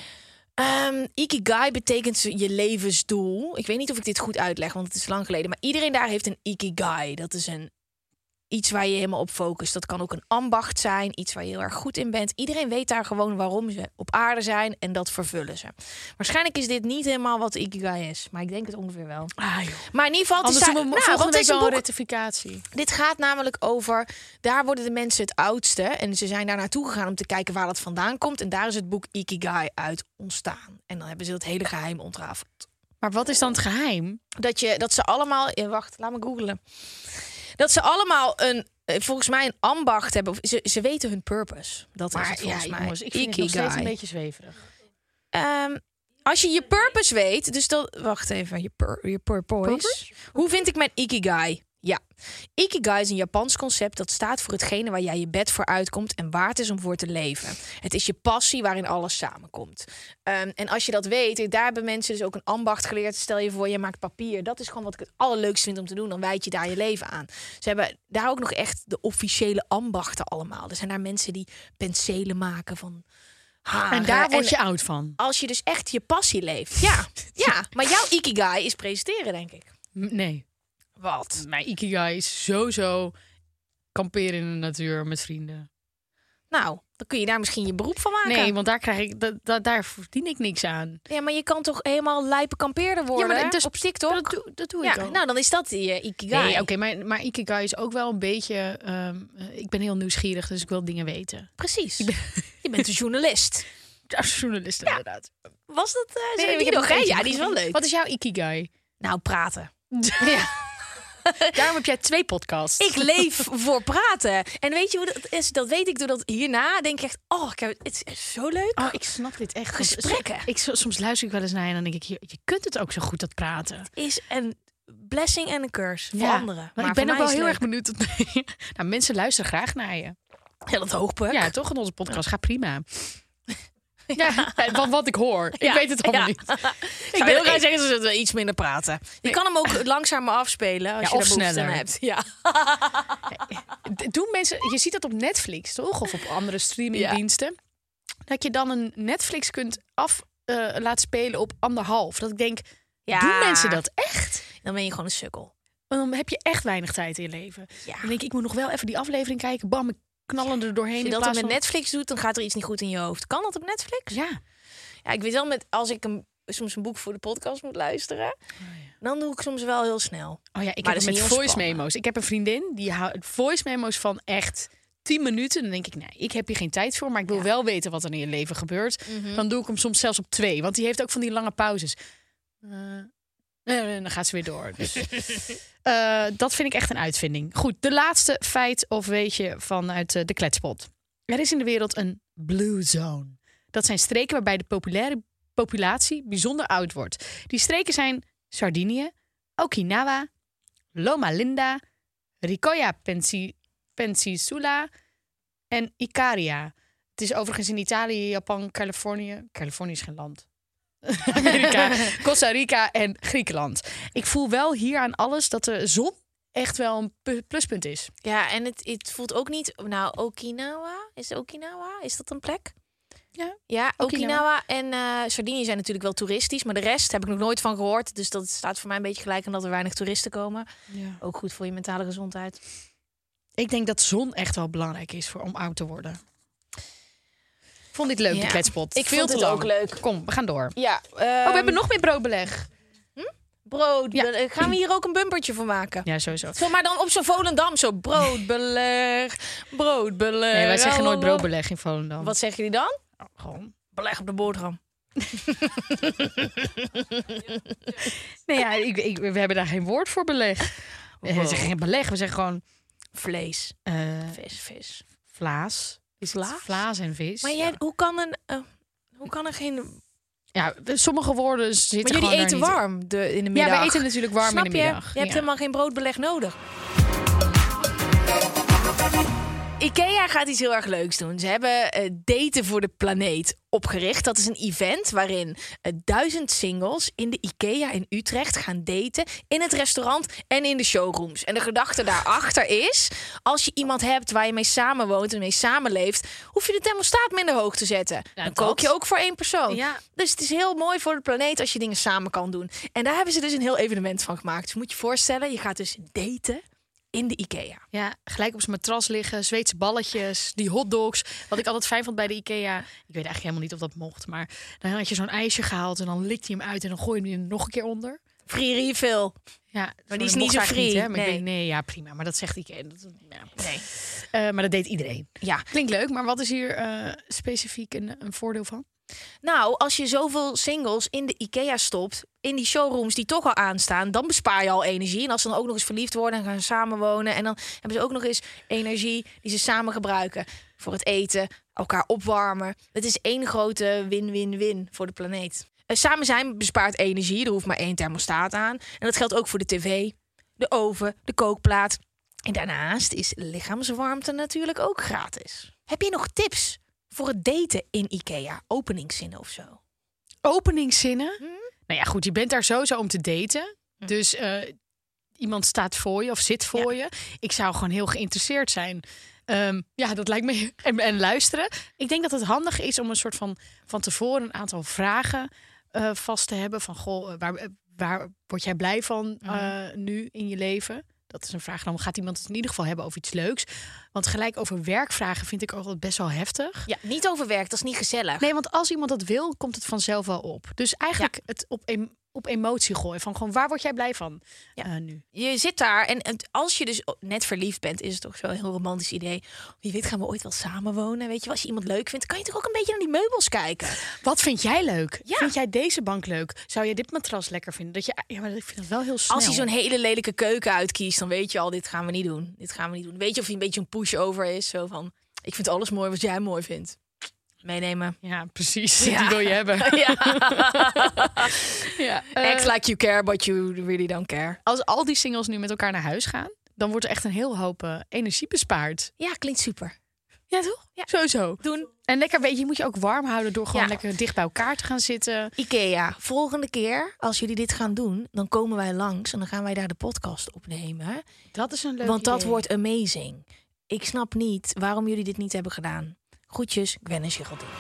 Speaker 4: Um, Ikigai betekent je levensdoel. Ik weet niet of ik dit goed uitleg, want het is lang geleden. Maar iedereen daar heeft een Ikigai. Dat is een iets waar je helemaal op focust. Dat kan ook een ambacht zijn, iets waar je heel erg goed in bent. Iedereen weet daar gewoon waarom ze op aarde zijn en dat vervullen ze. Waarschijnlijk is dit niet helemaal wat Ikigai is, maar ik denk het ongeveer wel.
Speaker 3: Ah, joh.
Speaker 4: Maar in ieder geval, het is
Speaker 3: Anders
Speaker 4: daar-
Speaker 3: doen we
Speaker 4: nou,
Speaker 3: volgende
Speaker 4: wat
Speaker 3: week
Speaker 4: is een
Speaker 3: wel een
Speaker 4: boek?
Speaker 3: rectificatie.
Speaker 4: Dit gaat namelijk over, daar worden de mensen het oudste en ze zijn daar naartoe gegaan om te kijken waar dat vandaan komt. En daar is het boek Ikigai uit ontstaan. En dan hebben ze dat hele geheim ontrafeld.
Speaker 3: Maar wat is dan het geheim?
Speaker 4: Dat, je, dat ze allemaal... Ja, wacht, laat me googlen. Dat ze allemaal een, eh, volgens mij een ambacht hebben. Of Ze, ze weten hun purpose. Dat is het volgens mij.
Speaker 3: jongens, ik vind het nog steeds een beetje zweverig.
Speaker 4: Ehm, als je je purpose weet, dus dat... Wacht even, je, pur, je purpose.
Speaker 3: Purpose?
Speaker 4: Hoe vind ik mijn Ikigai? Ja. Ikigai is een Japans concept dat staat voor hetgene waar jij je bed voor uitkomt en waard is om voor te leven. Het is je passie waarin alles samenkomt. Um, en als je dat weet, daar hebben mensen dus ook een ambacht geleerd. Stel je voor, je maakt papier. Dat is gewoon wat ik het allerleukste vind om te doen. Dan wijd je daar je leven aan. Ze hebben daar ook nog echt de officiële ambachten allemaal. Er zijn daar mensen die penselen maken van haren.
Speaker 3: En daar word
Speaker 4: En
Speaker 3: je oud van.
Speaker 4: als je dus echt je passie leeft. Ja, ja. Maar jouw Ikigai is presenteren, denk ik.
Speaker 3: M- Nee.
Speaker 4: Wat?
Speaker 3: Mijn Ikigai is sowieso kamperen in de natuur met vrienden.
Speaker 4: Nou, dan kun je daar misschien je beroep van maken.
Speaker 3: Nee, want daar krijg ik, da, da- daar verdien ik niks aan.
Speaker 4: Ja, maar je kan toch helemaal lijpe kampeerder worden
Speaker 3: maar dat is-
Speaker 4: op TikTok?
Speaker 3: Dat doe, dat doe
Speaker 4: ja,
Speaker 3: ik ook.
Speaker 4: nou, dan is dat je Ikigai.
Speaker 3: Nee, oké, maar, maar Ikigai is ook wel een beetje... ehm, eh, ik ben heel nieuwsgierig, dus ik wil dingen weten.
Speaker 4: Precies. Je bent een journalist.
Speaker 3: Als journalist inderdaad.
Speaker 4: Was dat uh,
Speaker 3: Nee,
Speaker 4: nee,
Speaker 3: ik
Speaker 4: die
Speaker 3: heb
Speaker 4: nog?
Speaker 3: nog
Speaker 4: hè?
Speaker 3: eentje.
Speaker 4: Ja, die is wel leuk.
Speaker 3: Wat is jouw Ikigai?
Speaker 4: Nou, praten.
Speaker 3: Ja. Daarom heb jij twee podcasts.
Speaker 4: Ik leef voor praten. En weet je hoe dat is? Dat weet ik doordat hierna denk ik echt... Oh, ik heb, het is zo leuk.
Speaker 3: Oh, ik snap dit echt. Want
Speaker 4: Gesprekken.
Speaker 3: Ik, soms luister ik wel eens naar je en dan denk ik... Je, je kunt het ook zo goed, dat praten.
Speaker 4: Is een blessing en een curse voor
Speaker 3: Ja,
Speaker 4: anderen.
Speaker 3: Maar ik
Speaker 4: voor
Speaker 3: ben ook
Speaker 4: mij
Speaker 3: wel
Speaker 4: is
Speaker 3: heel
Speaker 4: het
Speaker 3: erg benieuwd. Tot, nou, mensen luisteren graag naar je.
Speaker 4: leuk. Ja, dat hoop ik.
Speaker 3: Ja, toch? In onze podcast. Gaat prima. Ja, van wat ik hoor. Ik
Speaker 4: Ja,
Speaker 3: weet het allemaal
Speaker 4: ja.
Speaker 3: niet.
Speaker 4: Ik
Speaker 3: ben-
Speaker 4: wil heel graag zeggen dat we iets minder praten. Je kan hem ook langzamer afspelen als
Speaker 3: Ja,
Speaker 4: je
Speaker 3: of
Speaker 4: daar behoefte
Speaker 3: sneller.
Speaker 4: aan hebt. Ja.
Speaker 3: D- Doen mensen, je ziet dat op Netflix, toch? Of op andere streamingdiensten. Dat je dan een Netflix kunt af eh, laten spelen op anderhalf. Dat ik denk,
Speaker 4: Ja.
Speaker 3: doen mensen dat echt?
Speaker 4: Dan ben je gewoon een sukkel.
Speaker 3: Want dan heb je echt weinig tijd in je leven.
Speaker 4: Ja.
Speaker 3: Dan denk ik, ik moet nog wel even die aflevering kijken. Bam, ik knallen er doorheen.
Speaker 4: Als je
Speaker 3: in
Speaker 4: dat
Speaker 3: plaats
Speaker 4: dan met
Speaker 3: van...
Speaker 4: Netflix doet, dan gaat er iets niet goed in je hoofd. Kan dat op Netflix?
Speaker 3: Ja.
Speaker 4: Ja, ik weet wel, met, als ik een, soms een boek voor de podcast moet luisteren... Oh, ja. Dan doe ik soms wel heel snel.
Speaker 3: Oh ja, ik
Speaker 4: maar
Speaker 3: heb het met
Speaker 4: heel
Speaker 3: voice
Speaker 4: spannend.
Speaker 3: memo's. Ik heb een vriendin, die houdt voice memo's van echt tien minuten. Dan denk ik, nee, ik heb hier geen tijd voor. Maar ik wil
Speaker 4: Ja.
Speaker 3: wel weten wat er in je leven gebeurt.
Speaker 4: Mm-hmm.
Speaker 3: Dan doe ik hem soms zelfs op twee. Want die heeft ook van die lange pauzes. Uh, en dan gaat ze weer door. Dus, uh, dat vind ik echt een uitvinding. Goed, de laatste feit of weetje vanuit uh, de kletspot. Er is in de wereld een blue zone. Dat zijn streken waarbij de populaire populatie bijzonder oud wordt. Die streken zijn Sardinië, Okinawa, Loma Linda, Ricoya Pensi, Peninsula en Icaria. Het is overigens in Italië, Japan, Californië. Californië is geen land. Amerika, Costa Rica en Griekenland. Ik voel wel hier aan alles dat de zon echt wel een pu- pluspunt is.
Speaker 4: Ja, en het, het voelt ook niet... Nou, Okinawa? Is het Okinawa? Is dat een plek?
Speaker 3: Ja,
Speaker 4: Ja, Okinawa,
Speaker 3: Okinawa.
Speaker 4: en uh, Sardinië zijn natuurlijk wel toeristisch. Maar de rest heb ik nog nooit van gehoord. Dus dat staat voor mij een beetje gelijk aan dat er weinig toeristen komen.
Speaker 3: Ja.
Speaker 4: Ook goed voor je mentale gezondheid.
Speaker 3: Ik denk dat zon echt wel belangrijk is voor om oud te worden. Ik vond dit leuk,
Speaker 4: Ja.
Speaker 3: de kletspot.
Speaker 4: Ik
Speaker 3: Veel
Speaker 4: vond
Speaker 3: te
Speaker 4: het
Speaker 3: lang.
Speaker 4: ook leuk.
Speaker 3: Kom, we gaan door.
Speaker 4: Ja,
Speaker 3: Oh, we hebben nog meer broodbeleg.
Speaker 4: brood.
Speaker 3: Ja.
Speaker 4: Be- Gaan we hier ook een bumpertje van maken?
Speaker 3: Ja, sowieso.
Speaker 4: Zo, maar dan op zo'n Volendam, zo broodbeleg, broodbeleg.
Speaker 3: Nee, wij zeggen nooit broodbeleg in Volendam.
Speaker 4: Wat zeggen jullie dan?
Speaker 3: Oh, gewoon.
Speaker 4: Beleg op de boterham.
Speaker 3: Nee, ja, ik, ik, we hebben daar geen woord voor beleg. We
Speaker 4: Wow.
Speaker 3: zeggen geen beleg, we zeggen gewoon
Speaker 4: Vlees,
Speaker 3: uh,
Speaker 4: vis, vis.
Speaker 3: vlaas.
Speaker 4: Is
Speaker 3: het
Speaker 4: vlaas?
Speaker 3: Vlaas en vis.
Speaker 4: Maar jij, hoe kan een, uh, hoe kan er geen?
Speaker 3: Ja, sommige woorden zitten
Speaker 4: Maar jullie
Speaker 3: gewoon
Speaker 4: eten
Speaker 3: daar niet.
Speaker 4: warm de, in de middag.
Speaker 3: Ja, we eten natuurlijk warm
Speaker 4: Snap
Speaker 3: in de
Speaker 4: je?
Speaker 3: middag.
Speaker 4: Je hebt
Speaker 3: Ja.
Speaker 4: helemaal geen broodbeleg nodig. IKEA gaat iets heel erg leuks doen. Ze hebben uh, Daten voor de Planeet opgericht. Dat is een event waarin uh, duizend singles in de IKEA in Utrecht gaan daten. In het restaurant en in de showrooms. En de gedachte daarachter is... als je iemand hebt waar je mee samenwoont en mee samenleeft... hoef je de thermostaat minder hoog te zetten.
Speaker 3: Ja,
Speaker 4: Dan
Speaker 3: dat.
Speaker 4: kook je ook voor één persoon.
Speaker 3: Ja.
Speaker 4: Dus het is heel mooi voor de planeet als je dingen samen kan doen. En daar hebben ze dus een heel evenement van gemaakt. Dus moet je je voorstellen, je gaat dus daten in de IKEA.
Speaker 3: Ja, gelijk op zijn matras liggen, Zweedse balletjes, die hotdogs. Wat ik altijd fijn vond bij de IKEA. Ik weet eigenlijk helemaal niet of dat mocht, maar dan had je zo'n ijsje gehaald en dan likte je hem uit en dan gooi je hem er nog een keer onder.
Speaker 4: Free refill.
Speaker 3: Ja,
Speaker 4: Maar die is
Speaker 3: dat
Speaker 4: niet
Speaker 3: mocht
Speaker 4: zo
Speaker 3: eigenlijk
Speaker 4: free.
Speaker 3: hè? Maar ik
Speaker 4: Nee.
Speaker 3: weet, nee, ja, prima. Maar dat zegt IKEA. Dat, ja.
Speaker 4: Nee.
Speaker 3: Uh, maar dat deed iedereen.
Speaker 4: Ja.
Speaker 3: Klinkt leuk, maar wat is hier uh, specifiek een, een voordeel van?
Speaker 4: Nou, als je zoveel singles in de IKEA stopt, in die showrooms die toch al aanstaan, dan bespaar je al energie. En als ze dan ook nog eens verliefd worden en gaan samenwonen, en dan hebben ze ook nog eens energie die ze samen gebruiken voor het eten, elkaar opwarmen. Het is één grote win-win-win voor de planeet. Uh, samen zijn bespaart energie, er hoeft maar één thermostaat aan. En dat geldt ook voor de tv, de oven, de kookplaat. En daarnaast is lichaamswarmte natuurlijk ook gratis. Heb je nog tips voor het daten in IKEA? Openingszinnen of zo?
Speaker 3: Openingszinnen?
Speaker 4: Hm?
Speaker 3: Nou ja, goed, je bent daar sowieso om te daten. Hm. Dus uh, iemand staat voor je of zit voor ja. je. Ik zou gewoon heel geïnteresseerd zijn. Um, ja, dat lijkt me. En, en luisteren. Ik denk dat het handig is om een soort van van tevoren een aantal vragen uh, vast te hebben. Van goh, waar, waar word jij blij van uh, hm. nu in je leven? Dat is een vraag. Dan gaat iemand het in ieder geval hebben over iets leuks. Want gelijk over werkvragen vind ik ook best wel heftig.
Speaker 4: Ja, niet over werk. Dat is niet gezellig.
Speaker 3: Nee, want als iemand dat wil, komt het vanzelf wel op. Dus eigenlijk ja. het op, em- op emotie gooien. Van gewoon, waar word jij blij van ja. uh, nu?
Speaker 4: Je zit daar en, en als je dus net verliefd bent, is het toch zo'n heel romantisch idee. Wie weet gaan we ooit wel samenwonen. Weet je, als je iemand leuk vindt, kan je toch ook een beetje naar die meubels kijken.
Speaker 3: Wat vind jij leuk?
Speaker 4: Ja.
Speaker 3: Vind jij deze bank leuk? Zou je dit matras lekker vinden? Dat je, ja, maar ik vind het wel heel snel.
Speaker 4: Als je zo'n hele lelijke keuken uitkiest, dan weet je al, dit gaan we niet doen. Dit gaan we niet doen. Weet je of je een beetje een push-over is? Zo van, ik vind alles mooi wat jij mooi vindt. Meenemen.
Speaker 3: Ja, precies.
Speaker 4: Ja.
Speaker 3: Die wil je hebben.
Speaker 4: Ja.
Speaker 3: ja, uh,
Speaker 4: Act like you care, but you really don't care.
Speaker 3: Als al die singles nu met elkaar naar huis gaan, dan wordt er echt een heel hoop uh, energie bespaard.
Speaker 4: Ja, klinkt super.
Speaker 3: Ja, toch?
Speaker 4: Ja.
Speaker 3: Sowieso.
Speaker 4: Doen.
Speaker 3: En lekker, weet je, je moet je ook warm houden door gewoon
Speaker 4: ja.
Speaker 3: lekker dicht bij elkaar te gaan zitten.
Speaker 4: IKEA, volgende keer als jullie dit gaan doen, dan komen wij langs en dan gaan wij daar de podcast opnemen.
Speaker 3: Dat is een leuk
Speaker 4: Want dat
Speaker 3: idee.
Speaker 4: wordt amazing. Ik snap niet waarom jullie dit niet hebben gedaan. Groetjes, Gwen en Geraldine.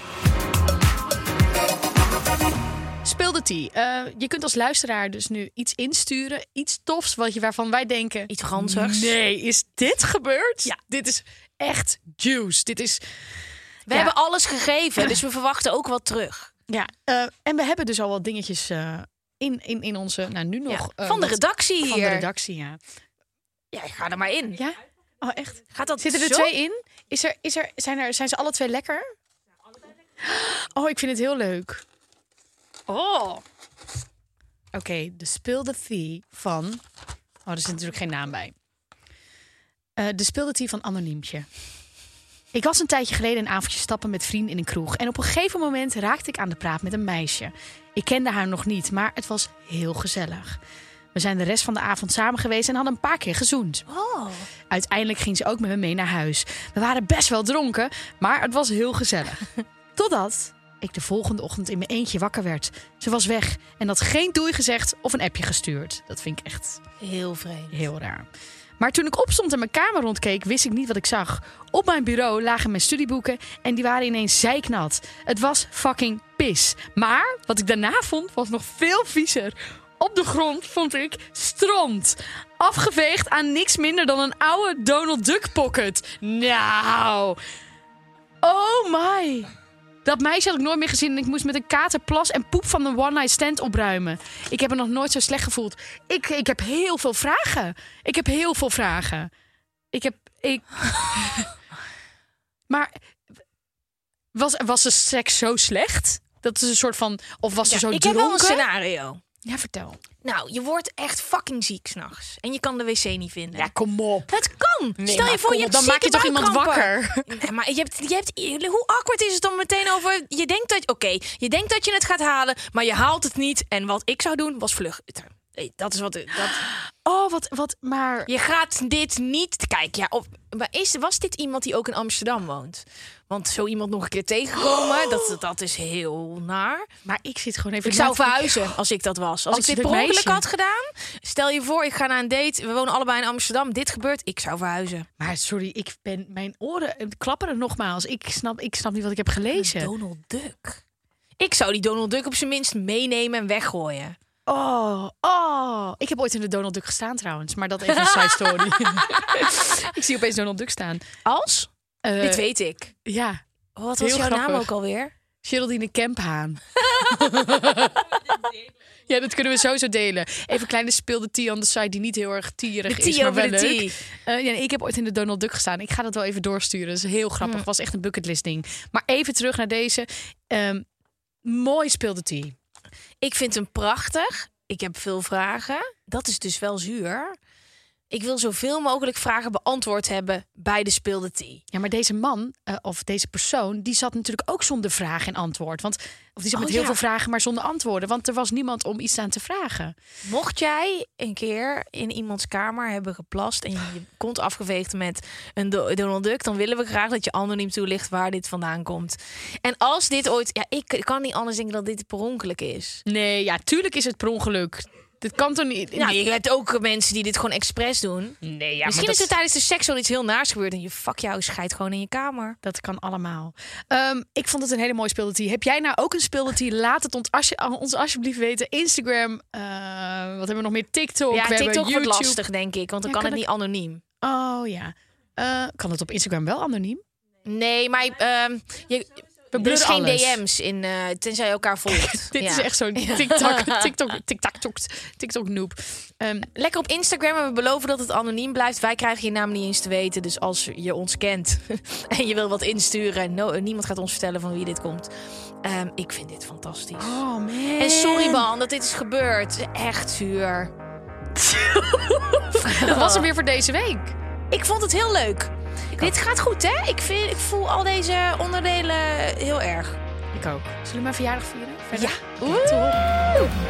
Speaker 3: Speel de tea. Uh, je kunt als luisteraar dus nu iets insturen. Iets tofs wat je, waarvan wij denken...
Speaker 4: Iets ranzigs.
Speaker 3: Nee, is dit gebeurd?
Speaker 4: Ja.
Speaker 3: Dit is echt juice. Dit is...
Speaker 4: We
Speaker 3: ja.
Speaker 4: hebben alles gegeven, dus we verwachten ook wat terug.
Speaker 3: Ja, uh, en we hebben dus al wat dingetjes uh, in, in, in onze... Nou, nu nog...
Speaker 4: Ja,
Speaker 3: uh,
Speaker 4: van de redactie hier.
Speaker 3: Van de redactie, ja.
Speaker 4: Ja, ik ga er maar in.
Speaker 3: Ja? Oh, echt?
Speaker 4: Gaat dat
Speaker 3: Zitten er
Speaker 4: zo?
Speaker 3: twee in? Is er, is er, zijn, er, zijn ze alle twee lekker? Ja, allebei lekker. Oh, ik vind het heel leuk. Oh. Oké, okay, de Spill the Tea van... Oh, er zit natuurlijk geen naam bij. Uh, de Spill the Tea van Anoniempje. Ik was een tijdje geleden een avondje stappen met vrienden in een kroeg. En op een gegeven moment raakte ik aan de praat met een meisje. Ik kende haar nog niet, maar het was heel gezellig. We zijn de rest van de avond samen geweest en hadden een paar keer gezoend.
Speaker 4: Oh.
Speaker 3: Uiteindelijk ging ze ook met me mee naar huis. We waren best wel dronken, maar het was heel gezellig. Totdat ik de volgende ochtend in mijn eentje wakker werd. Ze was weg en had geen doei gezegd of een appje gestuurd. Dat vind ik echt
Speaker 4: heel vreemd.
Speaker 3: Heel raar. Maar toen ik opstond en mijn kamer rondkeek, wist ik niet wat ik zag. Op mijn bureau lagen mijn studieboeken en die waren ineens zeiknat. Het was fucking pis. Maar wat ik daarna vond, was nog veel viezer. Op de grond vond ik stront. Afgeveegd aan niks minder dan een oude Donald Duck pocket. Nou. Oh my. Dat meisje had ik nooit meer gezien en ik moest met een kater, plas en poep van een one-night stand opruimen. Ik heb me nog nooit zo slecht gevoeld. Ik, ik heb heel veel vragen. Ik heb heel veel vragen. Ik heb... Ik... maar was, was de seks zo slecht? Dat is een soort van... Of was ze
Speaker 4: ja,
Speaker 3: zo
Speaker 4: ik
Speaker 3: dronken?
Speaker 4: Ik heb wel een scenario.
Speaker 3: Ja, vertel.
Speaker 4: Nou, je wordt echt fucking ziek 's nachts. En je kan de wc niet vinden.
Speaker 3: Ja, kom op.
Speaker 4: Het kan.
Speaker 3: Nee,
Speaker 4: Stel je voor, je
Speaker 3: op,
Speaker 4: hebt
Speaker 3: dan maak je toch iemand wakker?
Speaker 4: Nee, maar je hebt, je hebt, hoe awkward is het dan meteen over... Je denkt dat, oké, okay, je denkt dat je het gaat halen, maar je haalt het niet. En wat ik zou doen, was vluchten. Nee, dat is wat... Dat...
Speaker 3: Oh, wat, wat, maar...
Speaker 4: Je gaat dit niet... Kijk, ja, op, maar is, was dit iemand die ook in Amsterdam woont? Want zo iemand nog een keer tegenkomen, oh. dat, dat is heel naar.
Speaker 3: Maar ik zit gewoon even...
Speaker 4: Ik zou verhuizen als ik dat was. Als, als ik dit per ongeluk had gedaan... Stel je voor, ik ga naar een date. We wonen allebei in Amsterdam. Dit gebeurt, ik zou verhuizen.
Speaker 3: Maar sorry, ik ben... Mijn oren klapperen nogmaals. Ik snap, ik snap niet wat ik heb gelezen.
Speaker 4: Donald Duck. Ik zou die Donald Duck op zijn minst meenemen en weggooien.
Speaker 3: Oh, oh. Ik heb ooit in de Donald Duck gestaan trouwens. Maar dat even een side story. Ik zie opeens Donald Duck staan.
Speaker 4: Als? Uh, Dit weet ik.
Speaker 3: Ja.
Speaker 4: Wat was jouw grappig. naam ook alweer?
Speaker 3: Geraldine Kemphaan. Ja, dat kunnen we sowieso delen. Even een kleine speelde tea on the side die niet heel erg tierig is, maar wel leuk. Uh, ja, ik heb ooit in de Donald Duck gestaan. Ik ga dat wel even doorsturen. Dat is heel grappig. Het mm. was echt een bucketlist ding. Maar even terug naar deze. Um, mooi speelde tea.
Speaker 4: Ik vind hem prachtig. Ik heb veel vragen. Dat is dus wel zuur. Ik wil zoveel mogelijk vragen beantwoord hebben bij de speelde tea.
Speaker 3: Ja, maar deze man, uh, of deze persoon, die zat natuurlijk ook zonder vraag en antwoord. Want, of die zat oh, met heel ja. veel vragen, maar zonder antwoorden. Want er was niemand om iets aan te vragen.
Speaker 4: Mocht jij een keer in iemands kamer hebben geplast en je kont afgeveegd met een Donald Duck, dan willen we graag dat je anoniem toelicht waar dit vandaan komt. En als dit ooit... Ja, ik kan niet anders denken dat dit per ongeluk is.
Speaker 3: Nee, ja, tuurlijk is het per ongeluk. Dit kan toch niet?
Speaker 4: Nou, je hebt ook mensen die dit gewoon expres doen.
Speaker 3: Nee, ja,
Speaker 4: Misschien
Speaker 3: maar
Speaker 4: is er tijdens de seks wel iets heel naars gebeurd en je fuck jou scheidt gewoon in je kamer.
Speaker 3: Dat kan allemaal. Um, ik vond het een hele mooie speeldetie. Heb jij nou ook een speeldetie? Laat het ons, als je, ons alsjeblieft weten. Instagram, uh, wat hebben we nog meer? TikTok.
Speaker 4: Ja,
Speaker 3: we
Speaker 4: TikTok wordt lastig, denk ik, want dan ja, kan, kan het ik... niet anoniem.
Speaker 3: Oh ja. Uh, kan het op Instagram wel anoniem?
Speaker 4: Nee, maar uh, je... We er is geen alles. D M's in, uh, tenzij je elkaar volgt.
Speaker 3: Dit ja. is echt zo'n TikTok, TikTok, TikTok, TikTok noob.
Speaker 4: Um, Lekker op Instagram en we beloven dat het anoniem blijft. Wij krijgen je naam niet eens te weten. Dus als je ons kent en je wil wat insturen, no, niemand gaat ons vertellen van wie dit komt. Um, ik vind dit fantastisch.
Speaker 3: Oh man.
Speaker 4: En sorry man dat dit is gebeurd. Echt zuur.
Speaker 3: Dat was er weer voor deze week.
Speaker 4: Ik vond het heel leuk. Dit gaat goed, hè? Ik, vind, ik voel al deze onderdelen heel erg.
Speaker 3: Ik ook. Zullen we mijn verjaardag vieren? Verder?
Speaker 4: Ja. Oeh. Oeh.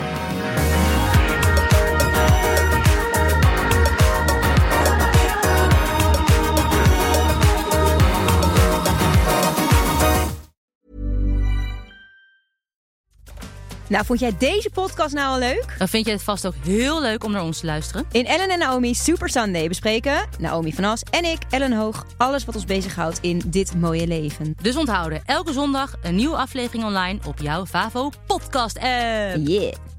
Speaker 5: Nou, vond jij deze podcast nou al leuk?
Speaker 6: Dan vind je het vast ook heel leuk om naar ons te luisteren.
Speaker 5: In Ellen en Naomi Super Sunday bespreken Naomi van As en ik, Ellen Hoog, alles wat ons bezighoudt in dit mooie leven.
Speaker 6: Dus onthouden, elke zondag een nieuwe aflevering online op jouw Favo podcast app.
Speaker 5: Yeah.